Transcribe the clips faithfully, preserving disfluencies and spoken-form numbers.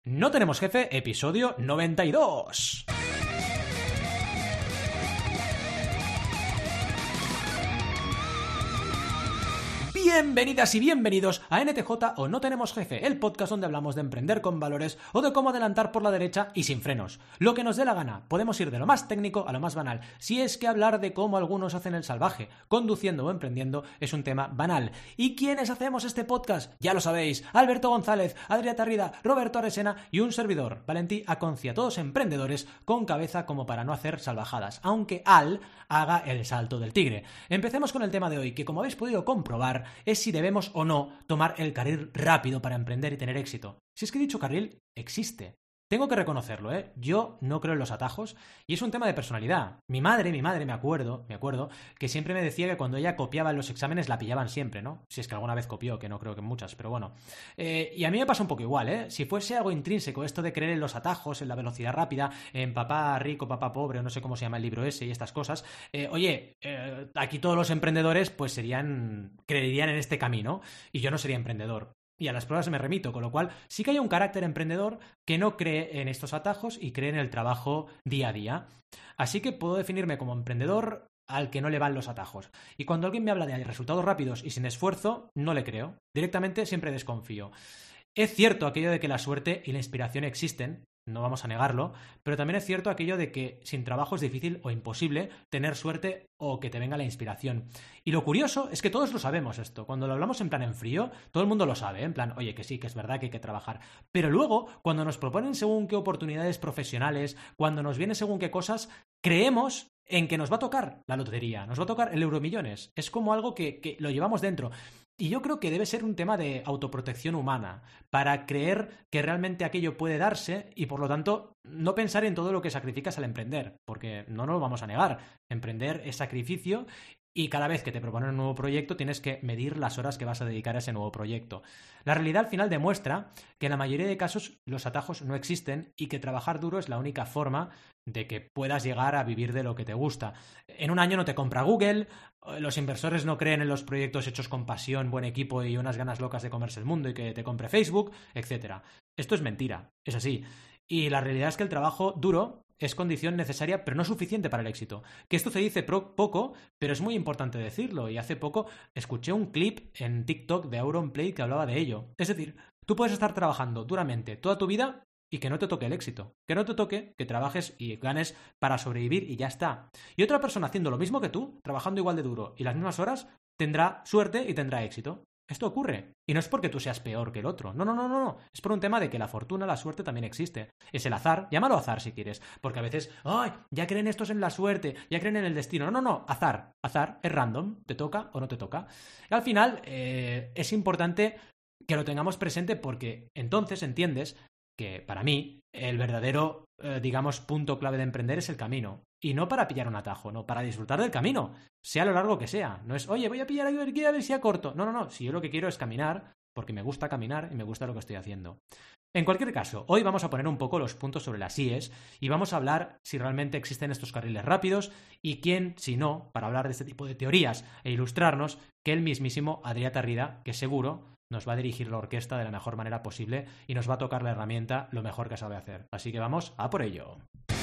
No tenemos jefe, episodio noventa y dos. Bienvenidas y bienvenidos a N T J o No Tenemos Jefe, el podcast donde hablamos de emprender con valores o de cómo adelantar por la derecha y sin frenos. Lo que nos dé la gana, podemos ir de lo más técnico a lo más banal, si es que hablar de cómo algunos hacen el salvaje, conduciendo o emprendiendo, es un tema banal. ¿Y quiénes hacemos este podcast? Ya lo sabéis, Alberto González, Adrià Tarrida, Roberto Aresena y un servidor, Valentí Aconcia, todos emprendedores con cabeza como para no hacer salvajadas, aunque Al haga el salto del tigre. Empecemos con el tema de hoy, que como habéis podido comprobar, es si debemos o no tomar el carril rápido para emprender y tener éxito. Si es que dicho carril existe. Tengo que reconocerlo, ¿eh? Yo no creo en los atajos y es un tema de personalidad. Mi madre, mi madre, me acuerdo, me acuerdo, que siempre me decía que cuando ella copiaba en los exámenes la pillaban siempre, ¿no? Si es que alguna vez copió, que no creo que muchas, pero bueno. Eh, y a mí me pasa un poco igual, ¿eh? Si fuese algo intrínseco, esto de creer en los atajos, en la velocidad rápida, en papá rico, papá pobre, o no sé cómo se llama el libro ese y estas cosas, eh, oye, eh, aquí todos los emprendedores pues serían, creerían en este camino y yo no sería emprendedor. Y a las pruebas me remito, con lo cual sí que hay un carácter emprendedor que no cree en estos atajos y cree en el trabajo día a día. Así que puedo definirme como emprendedor al que no le van los atajos. Y cuando alguien me habla de resultados rápidos y sin esfuerzo, no le creo. Directamente siempre desconfío. Es cierto aquello de que la suerte y la inspiración existen, no vamos a negarlo, pero también es cierto aquello de que sin trabajo es difícil o imposible tener suerte o que te venga la inspiración. Y lo curioso es que todos lo sabemos esto. Cuando lo hablamos en plan en frío, todo el mundo lo sabe, ¿eh? En plan, oye, que sí, que es verdad que hay que trabajar. Pero luego, cuando nos proponen según qué oportunidades profesionales, cuando nos viene según qué cosas, creemos en que nos va a tocar la lotería, nos va a tocar el Euromillones. Es como algo que, que lo llevamos dentro. Y yo creo que debe ser un tema de autoprotección humana, para creer que realmente aquello puede darse y, por lo tanto, no pensar en todo lo que sacrificas al emprender, porque no nos lo vamos a negar. Emprender es sacrificio y cada vez que te proponen un nuevo proyecto tienes que medir las horas que vas a dedicar a ese nuevo proyecto. La realidad al final demuestra que en la mayoría de casos los atajos no existen y que trabajar duro es la única forma de que puedas llegar a vivir de lo que te gusta. En un año no te compra Google, los inversores no creen en los proyectos hechos con pasión, buen equipo y unas ganas locas de comerse el mundo y que te compre Facebook, etcétera. Esto es mentira, es así. Y la realidad es que el trabajo duro es condición necesaria, pero no suficiente para el éxito. Que esto se dice pro- poco, pero es muy importante decirlo. Y hace poco escuché un clip en TikTok de Auronplay que hablaba de ello. Es decir, tú puedes estar trabajando duramente toda tu vida y que no te toque el éxito. Que no te toque, que trabajes y ganes para sobrevivir y ya está. Y otra persona haciendo lo mismo que tú, trabajando igual de duro y las mismas horas, tendrá suerte y tendrá éxito. Esto ocurre. Y no es porque tú seas peor que el otro. No, no, no, no, no. Es por un tema de que la fortuna, la suerte también existe. Es el azar. Llámalo azar si quieres. Porque a veces, ¡ay! Ya creen estos en la suerte, ya creen en el destino. No, no, no. Azar. Azar. Es random. Te toca o no te toca. Y al final, eh, es importante que lo tengamos presente porque entonces entiendes que, para mí, el verdadero, eh, digamos, punto clave de emprender es el camino. Y no para pillar un atajo, no, para disfrutar del camino, sea lo largo que sea. No es, oye, voy a pillar aquí a ver si acorto. No, no, no, si yo lo que quiero es caminar, porque me gusta caminar y me gusta lo que estoy haciendo. En cualquier caso, hoy vamos a poner un poco los puntos sobre las íes y vamos a hablar si realmente existen estos carriles rápidos y quién, si no, para hablar de este tipo de teorías e ilustrarnos, que el mismísimo Adrià Tarrida, que seguro nos va a dirigir la orquesta de la mejor manera posible y nos va a tocar la herramienta lo mejor que sabe hacer. Así que vamos a por ello.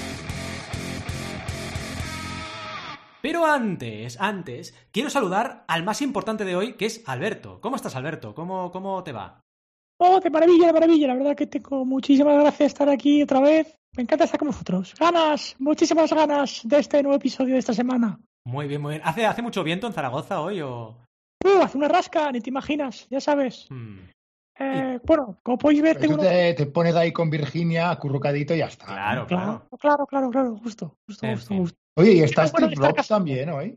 Pero antes, antes, quiero saludar al más importante de hoy, que es Alberto. ¿Cómo estás, Alberto? ¿Cómo, cómo te va? Oh, de maravilla, de maravilla. La verdad que tengo muchísimas gracias de estar aquí otra vez. Me encanta estar con vosotros. Ganas, muchísimas ganas de este nuevo episodio de esta semana. Muy bien, muy bien. ¿Hace, hace mucho viento en Zaragoza hoy o...? Uh, hace una rasca, ni te imaginas, ya sabes. Hmm. Eh, y... Bueno, como podéis ver... Tengo... Tengo... Te, te pones ahí con Virginia, acurrucadito y ya está. Claro, claro. Claro, claro, claro, claro. Justo, justo, En justo, fin. justo. Oye, ¿y está Pero, Steve bueno, Jobs también hoy?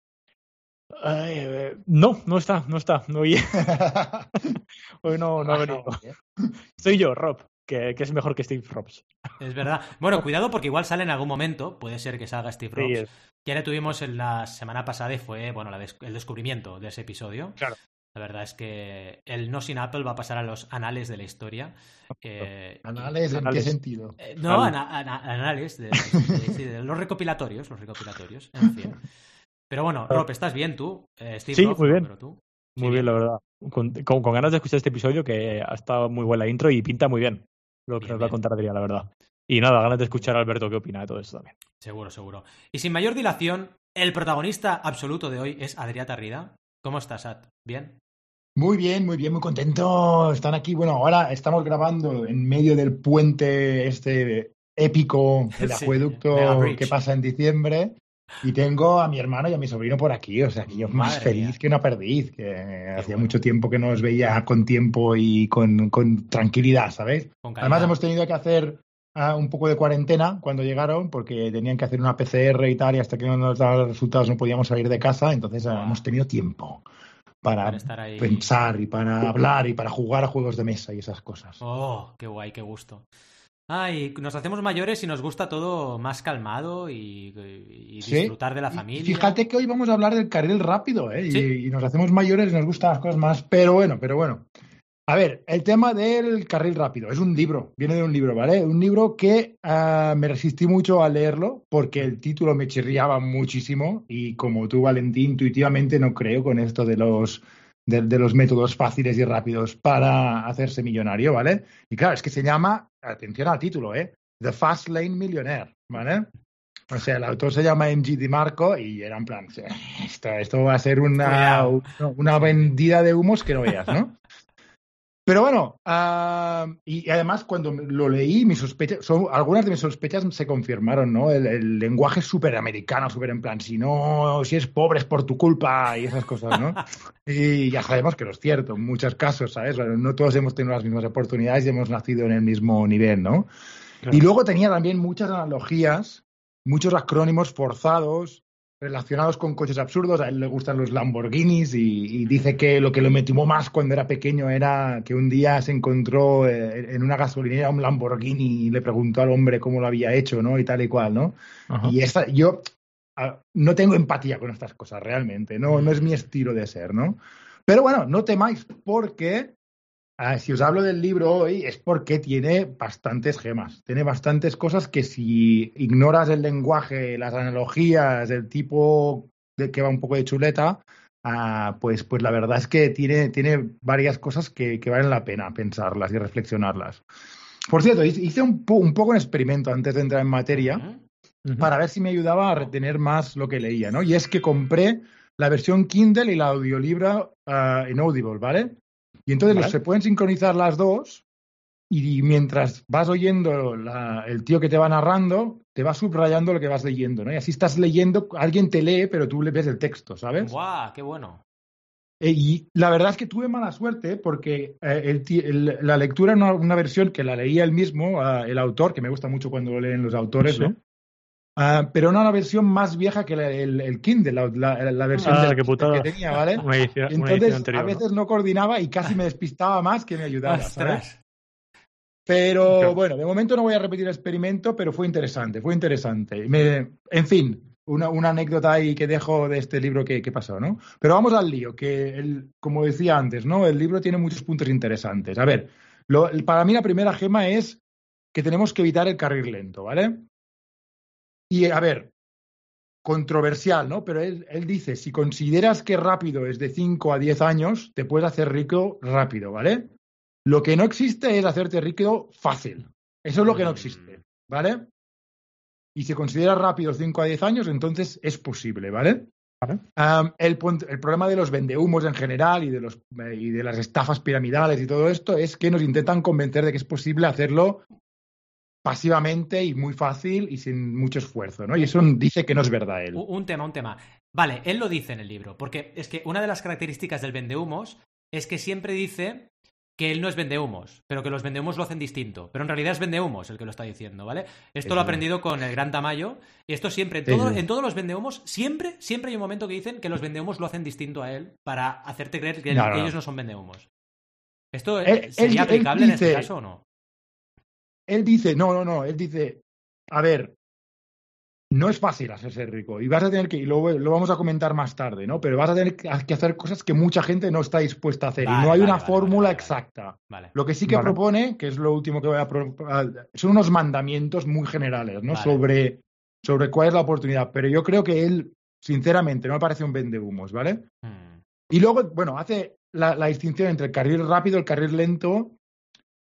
Eh, no, no está, no está. Hoy, hoy no, no ha venido. Soy yo, Rob, que, que es mejor que Steve Jobs. Es verdad. Bueno, cuidado porque igual sale en algún momento, puede ser que salga Steve Jobs. Sí, es... Ya le tuvimos en la semana pasada y fue, bueno, la des- el descubrimiento de ese episodio. Claro. La verdad es que el no sin Apple va a pasar a los anales de la historia. Eh, ¿Anales? y... ¿En qué sentido? Eh, no, ana- ana- anales, de, de, de, de los recopilatorios, los recopilatorios, en fin. Pero bueno, Rob, ¿estás bien tú? Eh, Steve sí, Rob, muy bien. Pero tú. Muy sí, bien, la verdad. Con, con, con ganas de escuchar este episodio que ha estado muy buena la intro y pinta muy bien. lo que Bien, nos va a bien. contar Adrián, la verdad. Y nada, ganas de escuchar a Alberto qué opina de todo esto también. Seguro, seguro. Y sin mayor dilación, el protagonista absoluto de hoy es Adrià Tarrida. ¿Cómo estás, Ad? ¿Bien? Muy bien, muy bien, muy contento. Están aquí. Bueno, ahora estamos grabando en medio del puente este épico, el Sí, Mega acueducto que Bridge. pasa en diciembre. Y tengo a mi hermano y a mi sobrino por aquí. O sea, que yo más Madre feliz mía. que una perdiz. Que hacía bueno. mucho tiempo que no os veía con tiempo y con, con tranquilidad, ¿sabéis? Con Además, calidad. hemos tenido que hacer ah, un poco de cuarentena cuando llegaron, porque tenían que hacer una P C R y tal, y hasta que no nos daban los resultados no podíamos salir de casa. Entonces, ah, Buah. hemos tenido tiempo Para para estar ahí. pensar y para hablar y para jugar a juegos de mesa y esas cosas. Oh, qué guay, qué gusto. Ay, nos hacemos mayores y nos gusta todo más calmado y, y Sí, disfrutar de la y- y familia. fíjate que hoy vamos a hablar del carril rápido, ¿eh? Y, Sí. y nos hacemos mayores y nos gustan las cosas más, pero bueno, pero bueno. A ver, el tema del carril rápido es un libro, viene de un libro, ¿vale? Un libro que ah, me resistí mucho a leerlo porque el título me chirriaba muchísimo y como tú, Valentín, intuitivamente no creo con esto de los, de, de los métodos fáciles y rápidos para hacerse millonario, ¿vale? Y claro, es que se llama, atención al título, ¿eh? The Fast Lane Millionaire, ¿vale? O sea, el autor se llama M G DiMarco y era en plan, esto, esto va a ser una, Cuidado. una Sí, sí. vendida de humos que no veas, ¿no? Pero bueno, ah, y además cuando lo leí, mis sospechas, son, algunas de mis sospechas se confirmaron, ¿no? El, el lenguaje súper americano, súper en plan, si no, si es pobre es por tu culpa y esas cosas, ¿no? Y ya sabemos que no es cierto en muchos casos, ¿sabes? No todos hemos tenido las mismas oportunidades y hemos nacido en el mismo nivel, ¿no? Claro. Y luego tenía también muchas analogías, muchos acrónimos forzados relacionados con coches absurdos. A él le gustan los Lamborghinis y, y dice que lo que lo motivó más cuando era pequeño era que un día se encontró eh, en una gasolinera un Lamborghini y le preguntó al hombre cómo lo había hecho, ¿no? Y tal y cual, ¿no? Ajá. Y esta, yo ah, no tengo empatía con estas cosas realmente, no, no es mi estilo de ser, ¿no? Pero bueno, no temáis porque Ah, si os hablo del libro hoy es porque tiene bastantes gemas, tiene bastantes cosas que si ignoras el lenguaje, las analogías, el tipo de que va un poco de chuleta, ah, pues, pues la verdad es que tiene, tiene varias cosas que, que valen la pena pensarlas y reflexionarlas. Por cierto, hice un, po- un poco un experimento antes de entrar en materia Ujú. Ujú. para ver si me ayudaba a retener más lo que leía, ¿no? Y es que compré la versión Kindle y la audiolibro ah, en Audible, ¿vale? Y entonces Vale. los, se pueden sincronizar las dos y mientras vas oyendo la- el tío que te va narrando, te va subrayando lo que vas leyendo, ¿no? Y así estás leyendo, alguien te lee, pero tú le ves el texto, ¿sabes? Guau, qué bueno. Eh, y la verdad es que tuve mala suerte porque eh, el ti- el- la lectura era una, una versión que la leía él mismo, ah, el autor, que me gusta mucho cuando lo leen los autores, Sí. ¿no? Ah, pero era una versión más vieja que la- el, el Kindle, la, la- la versión Ah, del qué Kindle putada. que tenía, ¿vale? Una edición, Y una edición entonces anterior, a ¿no? veces no coordinaba y casi me despistaba más que me ayudaba, ¿sabes? Ostras. Pero Claro. bueno, de momento no voy a repetir el experimento, pero fue interesante, fue interesante. Me- en fin, una, una anécdota ahí que dejo de este libro que, que pasó, ¿no? Pero vamos al lío, que el, como decía antes, ¿no? El libro tiene muchos puntos interesantes. A ver, lo- para mí la primera gema es que tenemos que evitar el carril lento, ¿vale? Y a ver, controversial, ¿no? Pero él, él dice, si consideras que rápido es de cinco a diez años, te puedes hacer rico rápido, ¿vale? Lo que no existe es hacerte rico fácil. Eso es lo que no existe, ¿vale? Y si consideras rápido cinco a diez años, entonces es posible, ¿vale? Vale. Um, el, punt- el problema de los vendehumos en general y de, los, eh, y de las estafas piramidales y todo esto es que nos intentan convencer de que es posible hacerlo pasivamente y muy fácil y sin mucho esfuerzo, ¿no? Y eso dice que no es verdad él. U- Un tema, un tema. Vale, él lo dice en el libro, porque es que una de las características del vendehumos es que siempre dice que él no es vendehumos, pero que los vendehumos lo hacen distinto. Pero en realidad es vendehumos el que lo está diciendo, ¿vale? Esto Sí, lo he sí. aprendido con el Gran Tamayo. Y esto siempre, en, Sí, todo- sí. en todos los vendehumos, siempre, siempre hay un momento que dicen que los vendehumos lo hacen distinto a él para hacerte creer que, él- No, no, que no. ellos no son vendehumos. ¿Esto Él- él- sería él aplicable en este dice- caso o no? Él dice, no, no, no, él dice, a ver, no es fácil hacerse rico y vas a tener que, y lo, lo vamos a comentar más tarde, ¿no? Pero vas a tener que que hacer cosas que mucha gente no está dispuesta a hacer y Vale, no hay vale, una vale, fórmula vale, vale, vale. exacta. Vale. Lo que sí que Vale. propone, que es lo último que voy a proponer, son unos mandamientos muy generales, ¿no? Vale. Sobre, sobre cuál es la oportunidad. Pero yo creo que él, sinceramente, no me parece un vendehumos, ¿vale? Hmm. Y luego, bueno, hace la, la distinción entre el carril rápido y el carril lento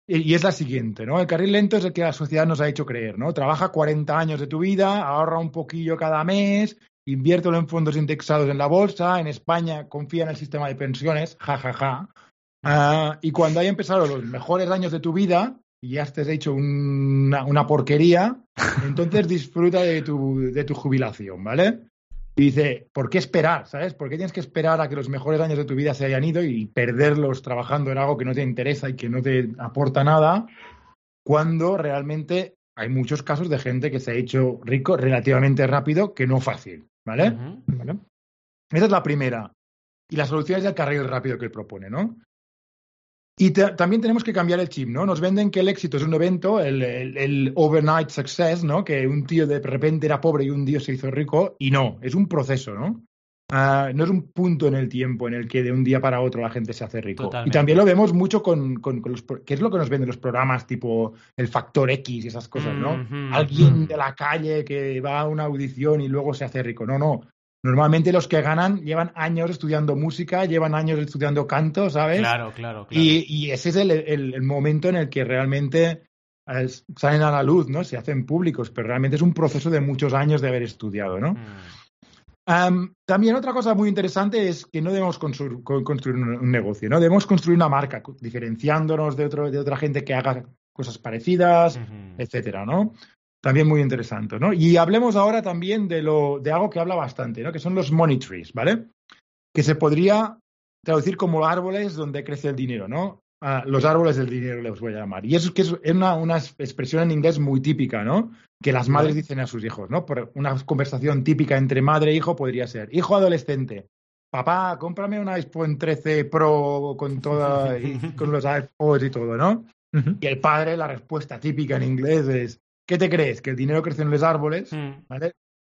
y es la siguiente, ¿no? El carril lento es el que la sociedad nos ha hecho creer, ¿no? Trabaja cuarenta años de tu vida, ahorra un poquillo cada mes, inviértelo en fondos indexados en la bolsa, en España confía en el sistema de pensiones, ja, ja, ja. Uh, y cuando haya empezado los mejores años de tu vida y ya estés hecho una, una porquería, entonces disfruta de tu, de tu jubilación, ¿vale? Y dice, ¿por qué esperar? ¿Sabes? ¿Por qué tienes que esperar a que los mejores años de tu vida se hayan ido y perderlos trabajando en algo que no te interesa y que no te aporta nada, cuando realmente hay muchos casos de gente que se ha hecho rico relativamente rápido, que no fácil, ¿vale? Uh-huh. ¿Vale? Esa es la primera. Y la solución es el carril rápido que él propone, ¿no? Y te, también tenemos que cambiar el chip, ¿no? Nos venden que el éxito es un evento, el, el, el overnight success, ¿no? Que un tío de repente era pobre y un día se hizo rico, y no, es un proceso, ¿no? Uh, no es un punto en el tiempo en el que de un día para otro la gente se hace rico. Totalmente. Y también lo vemos mucho con, con, con los... ¿Qué es lo que nos venden los programas tipo el Factor X y esas cosas, ¿no? Mm-hmm. Alguien de la calle que va a una audición y luego se hace rico. No, no. Normalmente los que ganan llevan años estudiando música, llevan años estudiando canto, ¿sabes? Claro, claro, claro. Y, y ese es el, el, el momento en el que realmente eh, salen a la luz, ¿no? Se hacen públicos, pero realmente es un proceso de muchos años de haber estudiado, ¿no? Mm. Um, también otra cosa muy interesante es que no debemos construir, construir un, un negocio, ¿no? Debemos construir una marca, diferenciándonos de, otro, de otra gente que haga cosas parecidas, uh-huh. etcétera, ¿no? También muy interesante, ¿no? Y hablemos ahora también de, lo, de algo que habla bastante, ¿no? Que son los money trees, ¿vale? Que se podría traducir como árboles donde crece el dinero, ¿no? Uh, los árboles del dinero les voy a llamar. Y eso que es una, una expresión en inglés muy típica, ¿no? Que las madres dicen a sus hijos, ¿no? Por una conversación típica entre madre e hijo podría ser: hijo adolescente, papá, cómprame un iPhone trece Pro con toda, y con los iPods y todo, ¿no? Uh-huh. Y el padre, la respuesta típica en inglés es: ¿qué te crees? ¿Que el dinero crece en los árboles? Mm. ¿Vale?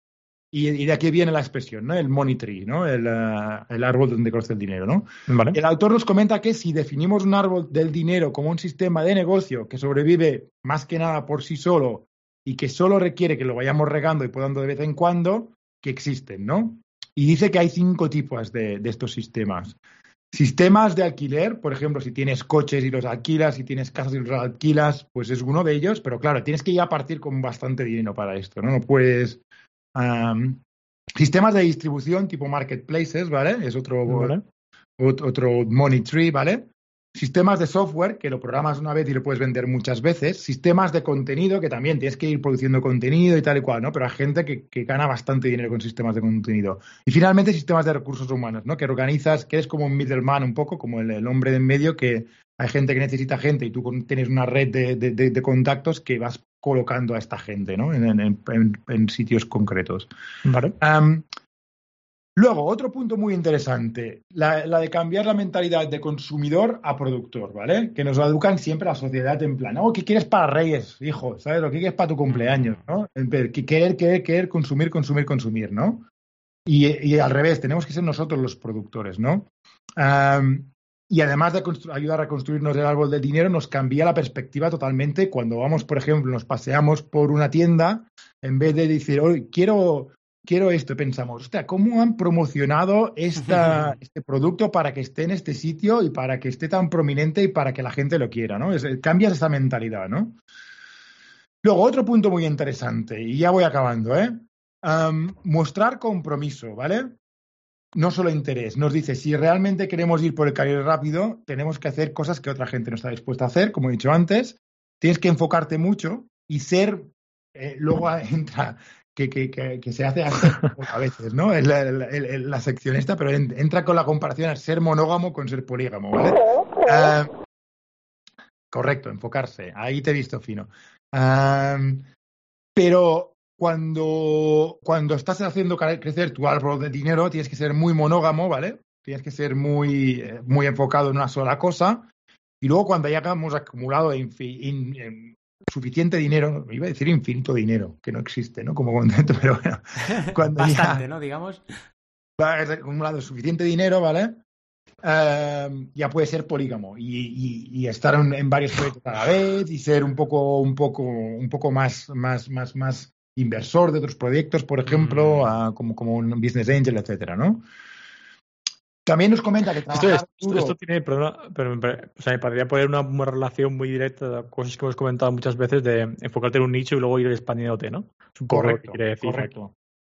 Y, y de aquí viene la expresión, ¿no? El money tree, ¿no? El, uh, el árbol donde crece el dinero, ¿no? Vale. El autor nos comenta que si definimos un árbol del dinero como un sistema de negocio que sobrevive más que nada por sí solo y que solo requiere que lo vayamos regando y podando de vez en cuando, que existen, ¿no? Y dice que hay cinco tipos de, de estos sistemas. Sistemas de alquiler, por ejemplo, si tienes coches y los alquilas, si tienes casas y los alquilas, pues es uno de ellos, pero claro, tienes que ya partir con bastante dinero para esto, ¿no? No puedes... Um, sistemas de distribución tipo marketplaces, ¿vale? Es otro, ¿vale? otro money tree, ¿vale? Sistemas de software, que lo programas una vez y lo puedes vender muchas veces. Sistemas de contenido, que también tienes que ir produciendo contenido y tal y cual, ¿no? Pero hay gente que, que gana bastante dinero con sistemas de contenido. Y finalmente, sistemas de recursos humanos, ¿no? Que organizas, que eres como un middleman un poco, como el, el hombre de en medio, que hay gente que necesita gente y tú tienes una red de, de, de, de contactos que vas colocando a esta gente, ¿no? En, en, en, en sitios concretos. Vale. Um, Luego, otro punto muy interesante, la, la de cambiar la mentalidad de consumidor a productor, ¿vale? Que nos lo educan siempre a la sociedad en plan, oh, ¿qué quieres para Reyes, hijo? ¿Sabes? ¿Lo que quieres para tu cumpleaños, no? Querer, querer, querer, consumir, consumir, consumir, ¿no? Y, y al revés, tenemos que ser nosotros los productores, ¿no? Um, y además de ayudar a construirnos el árbol del dinero, nos cambia la perspectiva totalmente cuando vamos, por ejemplo, nos paseamos por una tienda, en vez de decir, oh, quiero... Quiero esto, pensamos, hostia, ¿cómo han promocionado esta, este producto para que esté en este sitio y para que esté tan prominente y para que la gente lo quiera, ¿no? Es, cambias esa mentalidad, ¿no? Luego, otro punto muy interesante, y ya voy acabando, ¿eh? Um, mostrar compromiso, ¿vale? No solo interés. Nos dice, si realmente queremos ir por el carril rápido, tenemos que hacer cosas que otra gente no está dispuesta a hacer, como he dicho antes. Tienes que enfocarte mucho y ser... Eh, luego entra... Que, que, que, que se hace a veces, ¿no? Es la, la, la, la sección esta, pero entra con la comparación a ser monógamo con ser polígamo, ¿vale? Uh, correcto, enfocarse. Ahí te he visto fino. Uh, pero cuando, cuando estás haciendo crecer tu árbol de dinero, tienes que ser muy monógamo, ¿vale? Tienes que ser muy, muy enfocado en una sola cosa. Y luego cuando ya hemos acumulado in, in, in, suficiente dinero, iba a decir infinito dinero, que no existe, ¿no? Como concepto, pero bueno. Cuando Bastante, ya, ¿no? Digamos. Has acumulado suficiente dinero, ¿vale? Uh, ya puede ser polígamo y, y, y estar en, en varios proyectos a la vez y ser un poco, un poco, un poco más, más, más, más inversor de otros proyectos, por ejemplo, mm. uh, como, como un business angel, etcétera, ¿no? También nos comenta que Esto, trabajar esto, duro... esto tiene, perdona, pero me, pare- o sea, me podría poner una, una relación muy directa de cosas que hemos comentado muchas veces de enfocarte en un nicho y luego ir expandiéndote, ¿no? Es un poco lo que Correcto, quiere decir. correcto.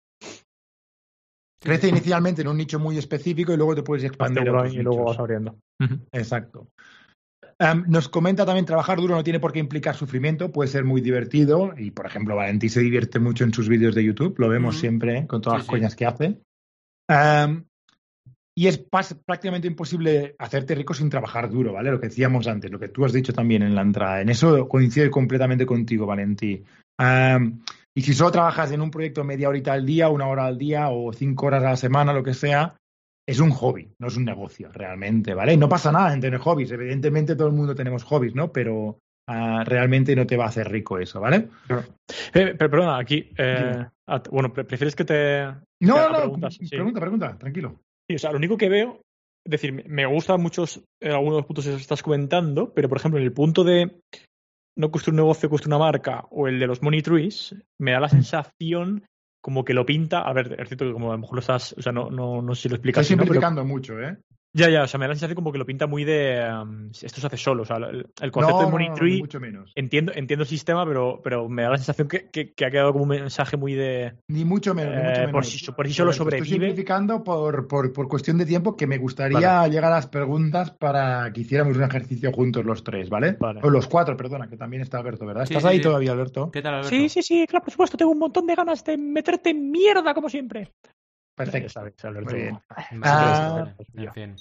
Sí, Crece sí. inicialmente en un nicho muy específico y luego te puedes expandir a Hacerlo otros y luego nichos. vas abriendo. Exacto. Um, nos comenta también trabajar duro no tiene por qué implicar sufrimiento, puede ser muy divertido y, por ejemplo, Valentí se divierte mucho en sus vídeos de YouTube, lo vemos Mm. siempre ¿eh? con todas Sí, las sí. coñas que hace. Um, y es pas- prácticamente imposible hacerte rico sin trabajar duro, ¿vale? Lo que decíamos antes, lo que tú has dicho también en la entrada. En eso coincido completamente contigo, Valentí. Um, y si solo trabajas en un proyecto media horita al día, una hora al día o cinco horas a la semana, lo que sea, es un hobby, no es un negocio realmente, ¿vale? Y no pasa nada en tener hobbies. Evidentemente todo el mundo tenemos hobbies, ¿no? Pero uh, realmente no te va a hacer rico eso, ¿vale? Eh, pero perdona, aquí, eh, Dime. at- bueno, pre- ¿prefieres que te, te No, haga no, preguntas? Sí. pregunta, pregunta, tranquilo. Sí, o sea, lo único que veo, es decir, me- me gustan muchos eh, algunos de los puntos que estás comentando, pero por ejemplo, en el punto de no construir un negocio, construir una marca, o el de los money trees, me da la sensación como que lo pinta. A ver, es cierto que como a lo mejor lo estás, o sea, no, no, no sé si lo explicas Estoy así, ¿no? Pero simplificando mucho, ¿eh? ya, ya, o sea, me da la sensación como que lo pinta muy de um, esto se hace solo. O sea, el, el concepto No, de money no, no, tree, ni mucho menos. entiendo, entiendo el sistema, pero, pero me da la sensación que, que, que ha quedado como un mensaje muy de Ni mucho menos, ni mucho eh, menos. por si, por si solo Roberto, sobrevive. Estoy simplificando por, por, por cuestión de tiempo que me gustaría Vale. llegar a las preguntas para que hiciéramos un ejercicio juntos los tres, ¿vale? Vale. O los cuatro, perdona, que también está Alberto, ¿verdad? Sí, ¿Estás sí, ahí sí. todavía, Alberto? ¿Qué tal, Alberto? Sí, sí, sí, claro, por supuesto. Tengo un montón de ganas de meterte en mierda, como siempre. Ya Perfecto. sabes, Alberto. Muy bien. Vale, Ah, en fin.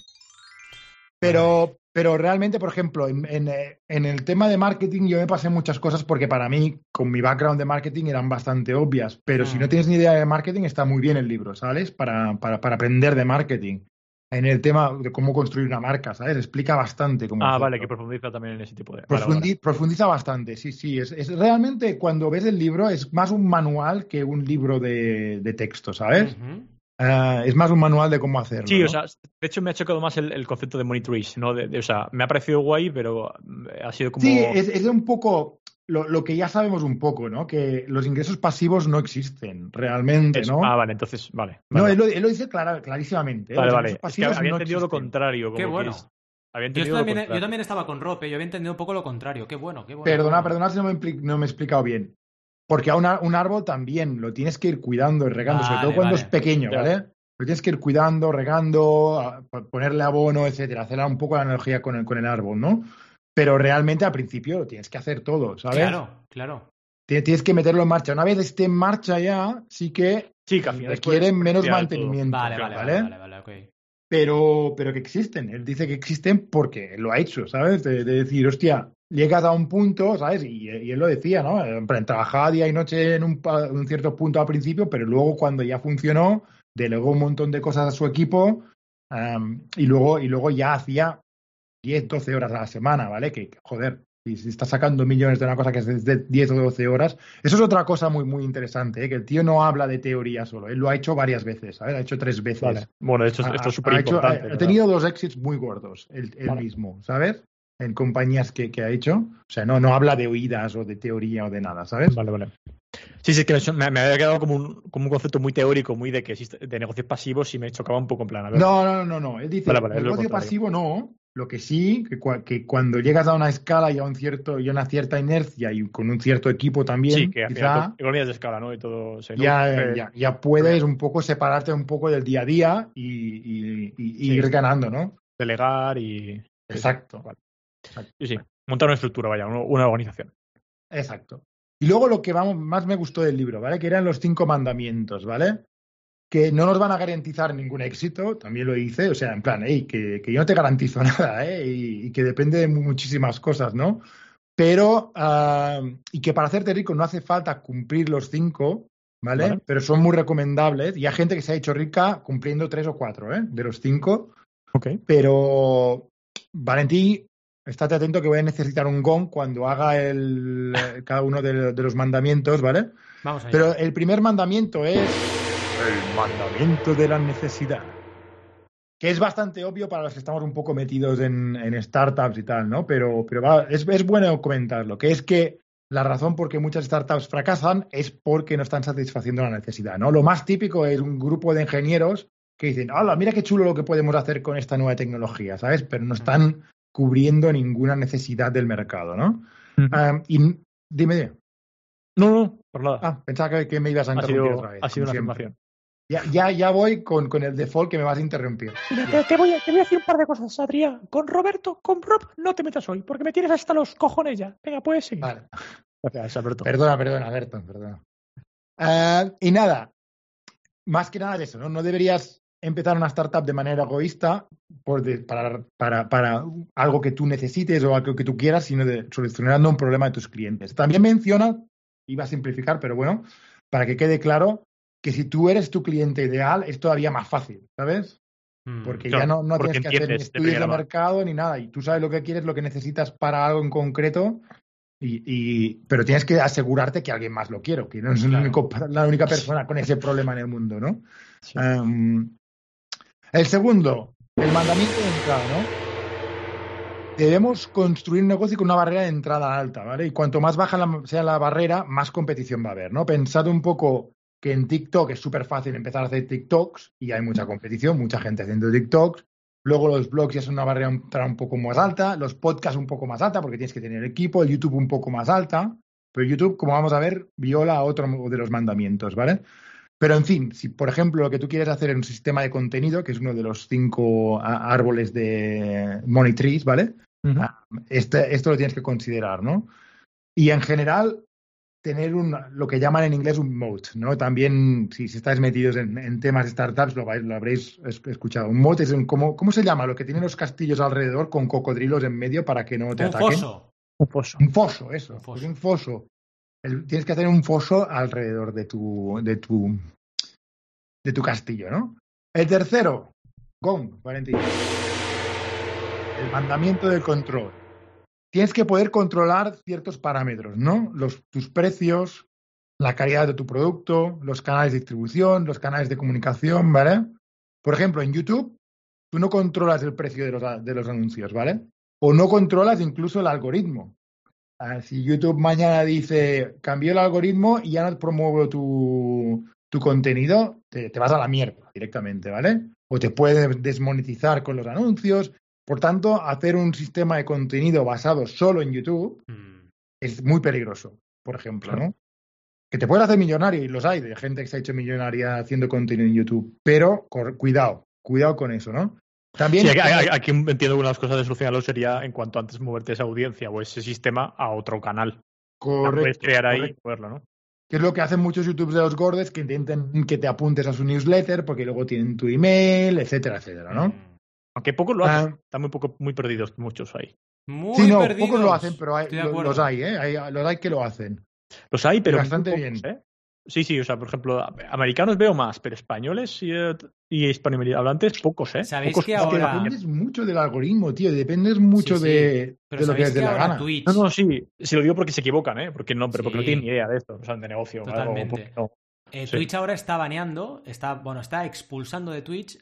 Pero, pero realmente, por ejemplo, en, en, eh, en el tema de marketing yo me pasé muchas cosas porque para mí, con mi background de marketing, eran bastante obvias. Pero Mm. si no tienes ni idea de marketing, está muy bien el libro, ¿sabes? Para, para, para aprender de marketing. En el tema de cómo construir una marca, ¿sabes? Explica bastante cómo Ah, hacerlo. vale, que profundiza también en ese tipo de. Vale, Profundi- vale. Profundiza bastante, sí, sí. Es, es realmente cuando ves el libro es más un manual que un libro de, de texto, ¿sabes? Ujú. Ah, es más un manual de cómo hacerlo. Sí, ¿no? o sea, de hecho me ha chocado más el, el concepto de money trees, ¿no? De, de- o sea, me ha parecido guay, pero ha sido como. Sí, es, es un poco lo, lo que ya sabemos un poco, ¿no? Que los ingresos pasivos no existen realmente, Eso. ¿no? Ah, vale, entonces, vale. No, vale, él lo, él lo dice clara- clarísimamente. ¿eh? vale, Los vale. ingresos Es que pasivos había no entendido lo existen. contrario. Como Qué que bueno. es- había Yo, entendido también, lo yo contrario. también estaba con Rope, yo había entendido un poco lo contrario. Qué bueno, qué bueno. Perdona, qué bueno. perdona si no me, impli- no me he explicado bien. Porque a una- un árbol también lo tienes que ir cuidando y regando, sobre todo Vale, cuando vale. es pequeño, Ya. ¿vale? Lo tienes que ir cuidando, regando, a- po- ponerle abono, etcétera. Hacer un poco la analogía con el, con el árbol, ¿no? Pero realmente al principio lo tienes que hacer todo, ¿sabes? Claro, claro. Tie- Tienes que meterlo en marcha. Una vez esté en marcha ya, sí que Sí, que al final después requieren es menos exponencial todo. mantenimiento, Vale, vale, vale, vale, vale, ok. Pero, pero que existen. Él dice que existen porque lo ha hecho, ¿sabes? De, de decir, hostia, llegas a un punto, ¿sabes? Y, y él lo decía, ¿no? En plan, trabajaba día y noche en un, pa- un cierto punto al principio, pero luego cuando ya funcionó, delegó un montón de cosas a su equipo um, y, luego, y luego ya hacía diez, doce horas a la semana, ¿vale? Que, joder, si, si está sacando millones de una cosa que es de diez o doce horas, eso es otra cosa muy, muy interesante, ¿eh? Que el tío no habla de teoría solo, él lo ha hecho varias veces, ¿sabes? Ha hecho tres veces. Vale. Bueno, de hecho, Ha- esto es ha súper hecho- importante. ha, ha tenido dos exits muy gordos, él, él Vale. mismo, ¿sabes? En compañías que, que ha hecho. O sea, no, no habla de oídas o de teoría o de nada, ¿sabes? Vale, vale. Sí, sí, es que eso me, me había quedado como un, como un concepto muy teórico, muy de que existe, de negocios pasivos y me chocaba un poco en plan. A ver. No, no, no, no. Él dice, Vale, vale, es lo negocio contrario. pasivo no. Lo que sí, que, cua- que cuando llegas a una escala y a un cierto y a una cierta inercia y con un cierto equipo también, Sí, que al final quizá todo- economías de escala, ¿no? Y todo. Se, ya, eh, ya, ya puedes un poco separarte un poco del día a día y, y- y- y Sí. ir ganando, ¿no? Delegar y. Exacto. Vale. Sí, sí. Montar una estructura, vaya, una, una organización. Exacto. Y luego lo que vamos, más me gustó del libro, ¿vale? Que eran los cinco mandamientos, ¿vale? Que no nos van a garantizar ningún éxito, también lo dice, o sea, en plan, hey, que, que yo no te garantizo nada, ¿eh? Y, y que depende de muchísimas cosas, ¿no? Pero, ah, y que para hacerte rico no hace falta cumplir los cinco, ¿vale? Vale. Pero son muy recomendables y hay gente que se ha hecho rica cumpliendo tres o cuatro, ¿eh? De los cinco. Ok. Pero, Valentí, estate atento que voy a necesitar un gong cuando haga el, cada uno de, de los mandamientos, ¿vale? Vamos allá. Pero el primer mandamiento es el mandamiento de la necesidad, que es bastante obvio para los que estamos un poco metidos en, en startups y tal, ¿no? Pero, pero va, es, es bueno comentarlo, que es que la razón por que muchas startups fracasan es porque no están satisfaciendo la necesidad, ¿no? Lo más típico es un grupo de ingenieros que dicen, hola, mira qué chulo lo que podemos hacer con esta nueva tecnología, ¿sabes? Pero no están cubriendo ninguna necesidad del mercado, ¿no? Uh-huh. Um, y dime, dime. No, no, por nada. Ah, pensaba que, que me ibas a interrumpir ha sido, otra vez. Ha sido una siempre. afirmación. Ya, ya, ya voy con, con el default que me vas a interrumpir. Mira, te, te, voy a, te voy a decir un par de cosas, Adrián. Con Roberto, con Rob, no te metas hoy, porque me tienes hasta los cojones ya. Venga, puedes seguir. Vale. Gracias, Alberto. Perdona, perdona, Alberto, perdona. Uh, y nada, más que nada de eso, ¿no? No deberías empezar una startup de manera egoísta por de, para, para, para algo que tú necesites o algo que tú quieras, sino de solucionando un problema de tus clientes. También menciona, iba a simplificar, pero bueno, para que quede claro, que si tú eres tu cliente ideal es todavía más fácil, ¿sabes? Porque claro, ya no, no porque tienes que hacer ni estudios de, de mercado ni nada, y tú sabes lo que quieres, lo que necesitas para algo en concreto, y, y pero tienes que asegurarte que alguien más lo quiere, que no es claro. único, la única persona con ese problema en el mundo, ¿no? Sí. Um, el segundo, el mandamiento de entrada, ¿no? Debemos construir un negocio con una barrera de entrada alta, ¿vale? Y cuanto más baja la, sea la barrera, más competición va a haber, ¿no? Pensad un poco que en TikTok es súper fácil empezar a hacer TikToks y hay mucha competición, mucha gente haciendo TikToks. Luego los blogs ya son una barrera un poco más alta, los podcasts un poco más alta porque tienes que tener equipo, el YouTube un poco más alta, pero YouTube, como vamos a ver, viola otro de los mandamientos, ¿vale? Pero en fin, si por ejemplo lo que tú quieres hacer en un sistema de contenido, que es uno de los cinco árboles de Money Trees, ¿vale? Uh-huh. Este, esto lo tienes que considerar, ¿no? Y en general tener un, lo que llaman en inglés un moat, ¿no? También, si, si estáis metidos en, en temas de startups, lo, lo habréis escuchado. Un moat es un, ¿cómo, ¿cómo se llama? Lo que tiene los castillos alrededor con cocodrilos en medio para que no te un ataquen. Foso. Un foso. Un foso, eso. Un foso. Es un foso. El, tienes que hacer un foso alrededor de tu, de tu, de tu castillo, ¿no? El tercero, Gong, Valentín. El mandamiento del control. Tienes que poder controlar ciertos parámetros, ¿no? Los, tus precios, la calidad de tu producto, los canales de distribución, los canales de comunicación, ¿vale? Por ejemplo, en YouTube, tú no controlas el precio de los, de los anuncios, ¿vale? O no controlas incluso el algoritmo. Uh, si YouTube mañana dice, cambió el algoritmo y ya no promuevo tu, tu contenido, te, te vas a la mierda directamente, ¿vale? O te puedes desmonetizar con los anuncios. Por tanto, hacer un sistema de contenido basado solo en YouTube mm. es muy peligroso, por ejemplo, claro. ¿no? Que te puedes hacer millonario, y los hay, de gente que se ha hecho millonaria haciendo contenido en YouTube, pero cor- cuidado, cuidado con eso, ¿no? También sí, aquí, aquí entiendo que una de las cosas de solucionarlo sería, en cuanto antes moverte esa audiencia o ese sistema a otro canal. Correcto. Puedes crear ahí correcto. y poderlo, ¿no? Que es lo que hacen muchos YouTubers de los gordes, que intenten que te apuntes a su newsletter porque luego tienen tu email, etcétera, etcétera, ¿no? Mm. Aunque pocos lo hacen, uh, están muy poco, muy perdidos muchos ahí. Muy sí, no, perdidos. Pocos lo hacen, pero hay, los hay, ¿eh? Hay, los hay que lo hacen. Los hay, pero bastante pocos, bien. ¿eh? Sí, sí, o sea, por ejemplo, americanos veo más, pero españoles y, y hispanohablantes pocos, ¿eh? ¿Sabéis pocos, que ahora... Es que dependes mucho del algoritmo, tío, dependes mucho sí, sí. de, pero de lo que es de la gana. Twitch... No, no, sí, sí lo digo porque se equivocan, ¿eh? Porque no, pero porque sí. no tienen ni idea de esto, o sea, de negocio. Totalmente. Algo, no. eh, sí. Twitch ahora está baneando, está, bueno, está expulsando de Twitch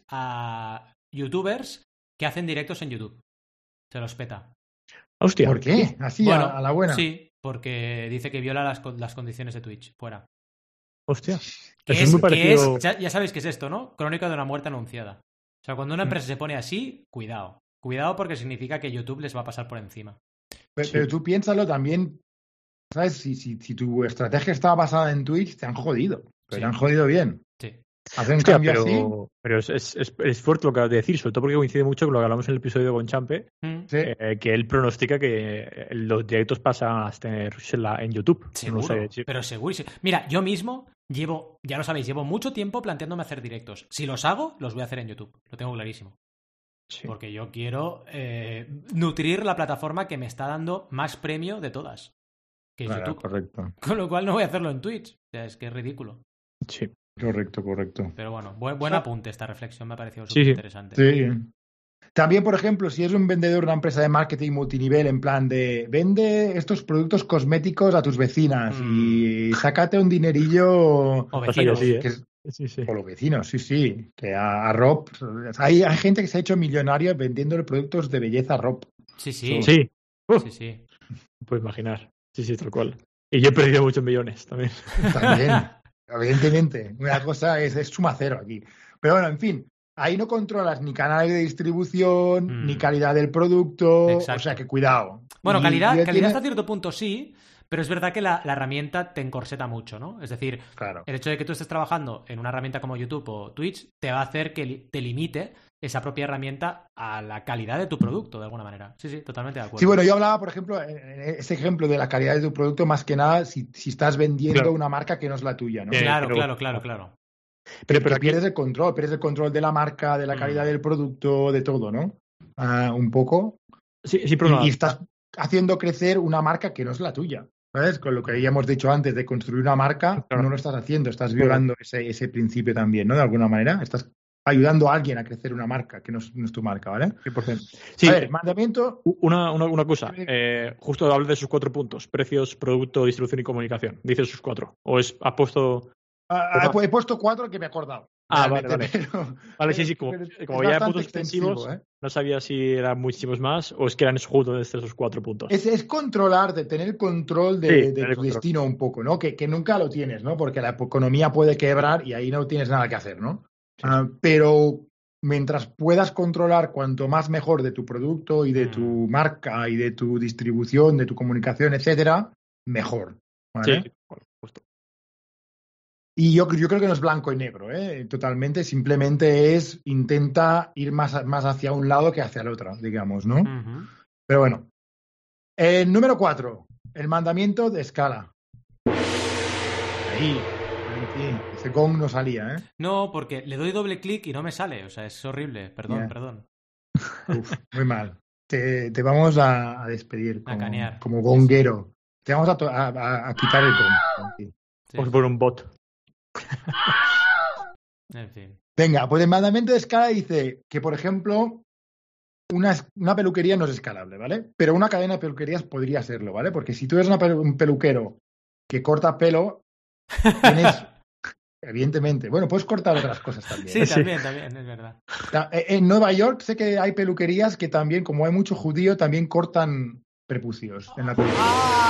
a youtubers que hacen directos en YouTube. Se los peta. Hostia. ¿Por qué? Así, bueno, a, a la buena. Sí, porque dice que viola las, las condiciones de Twitch. Fuera. Hostia. Que Eso es, es muy parecido... que es, ya, ya sabéis qué es esto, ¿no? Crónica de una muerte anunciada. O sea, cuando una empresa mm. se pone así, cuidado. Cuidado porque significa que YouTube les va a pasar por encima. Pero, sí. pero tú piénsalo también, ¿sabes? Si, si, si tu estrategia estaba basada en Twitch, te han jodido. Pero sí. te han jodido bien. Sí. Hacer un Hostia, cambio pero, así. Pero es, es, es, es fuerte lo que acabas de decir, sobre todo porque coincide mucho con lo que hablamos en el episodio con Champe, mm. sí. eh, que él pronostica que los directos pasan a tener en YouTube. Seguro, no sé, sí. pero seguro. Mira, yo mismo llevo, ya lo sabéis, llevo mucho tiempo planteándome hacer directos. Si los hago, los voy a hacer en YouTube. Lo tengo clarísimo. Sí. Porque yo quiero eh, nutrir la plataforma que me está dando más premio de todas, que es claro, YouTube. Correcto. Con lo cual no voy a hacerlo en Twitch. O sea, es que es ridículo. Sí. Correcto, correcto. Pero bueno, buen, buen apunte esta reflexión, me ha parecido sí, súper sí. interesante. Sí. También, por ejemplo, si es un vendedor de una empresa de marketing multinivel, en plan de vende estos productos cosméticos a tus vecinas mm. y sácate un dinerillo. O vecinos. Sí, ¿eh? que es, sí, sí. O los vecinos, sí, sí. Que a, a Rob. Hay, hay gente que se ha hecho millonaria vendiéndole productos de belleza a Rob. Sí, sí. Sí. Uh. Sí, sí. Puedes imaginar. Sí, sí, tal cual. Y yo he perdido muchos millones también. También. Evidentemente, una cosa es, es suma cero aquí. Pero bueno, en fin, ahí no controlas ni canales de distribución, Mm. ni calidad del producto, Exacto. o sea que cuidado. Bueno, Y- calidad, y calidad tiene- hasta cierto punto sí, pero es verdad que la, la herramienta te encorseta mucho, ¿no? Es decir, Claro. el hecho de que tú estés trabajando en una herramienta como YouTube o Twitch te va a hacer que li- te limite esa propia herramienta a la calidad de tu producto, de alguna manera. Sí, sí, totalmente de acuerdo. Sí, bueno, yo hablaba, por ejemplo, en ese ejemplo de la calidad de tu producto, más que nada si, si estás vendiendo Claro. una marca que no es la tuya, ¿no? Eh, Claro, pero- claro, claro, claro. Pero, pero que aquí- pierdes el control, pierdes el control de la marca, de la Mm. calidad del producto, de todo, ¿no? Ah, un poco. Sí, sí, Y, pero y estás haciendo crecer una marca que no es la tuya. ¿Sabes? Con lo que ya hemos dicho antes de construir una marca, Claro. no lo estás haciendo, estás violando ese, ese principio también, ¿no? De alguna manera. Estás ayudando a alguien a crecer una marca que no es, no es tu marca, ¿vale? cien por ciento. Sí, A ver, mandamiento. una, una, una cosa. Eh, justo habla de sus cuatro puntos: precios, producto, distribución y comunicación. Dice sus cuatro. ¿O es, ha puesto...? ah, he puesto cuatro que me he acordado. Ah, realmente, vale, vale. Pero, Vale, sí, sí. Como, pero es como había bastante puntos extensivos, extensivo, ¿eh? no sabía si eran muchísimos más o es que eran justo desde esos cuatro puntos. Es, es controlar, de tener control de, Sí, de tener tu control. destino un poco, ¿no? Que, que nunca lo tienes, ¿no? Porque la economía puede quebrar y ahí no tienes nada que hacer, ¿no? Sí. Ah, pero mientras puedas controlar cuanto más mejor de tu producto y de Mm. tu marca y de tu distribución, de tu comunicación, etcétera, mejor. ¿Vale? Sí, por supuesto. Y yo, yo creo que no es blanco y negro, ¿eh? Totalmente. Simplemente es intenta ir más, a- más hacia un lado que hacia el otro, digamos, ¿no? Ujú. Pero bueno. El número cuatro, el mandamiento de escala. Ahí, Valentín, ese gong no salía, ¿eh? No, porque le doy doble clic y no me sale. O sea, es horrible. Perdón, Ya. perdón. Uf, muy mal. Te, te vamos a, a despedir A como, canear. como gonguero. Te vamos a, to- a- a- a quitar el gong. Valentín. Sí. Vamos a poner un bot. En fin. Venga, pues el mandamiento de escala dice que, por ejemplo, una, es- una peluquería no es escalable, ¿vale? Pero una cadena de peluquerías podría serlo, ¿vale? Porque si tú eres una pelu- un peluquero que corta pelo, tienes, evidentemente, bueno, puedes cortar otras cosas también. Sí, ¿eh? también, también, es verdad. Ta- En Nueva York sé que hay peluquerías que también, como hay mucho judío, también cortan prepucios en la peluquería.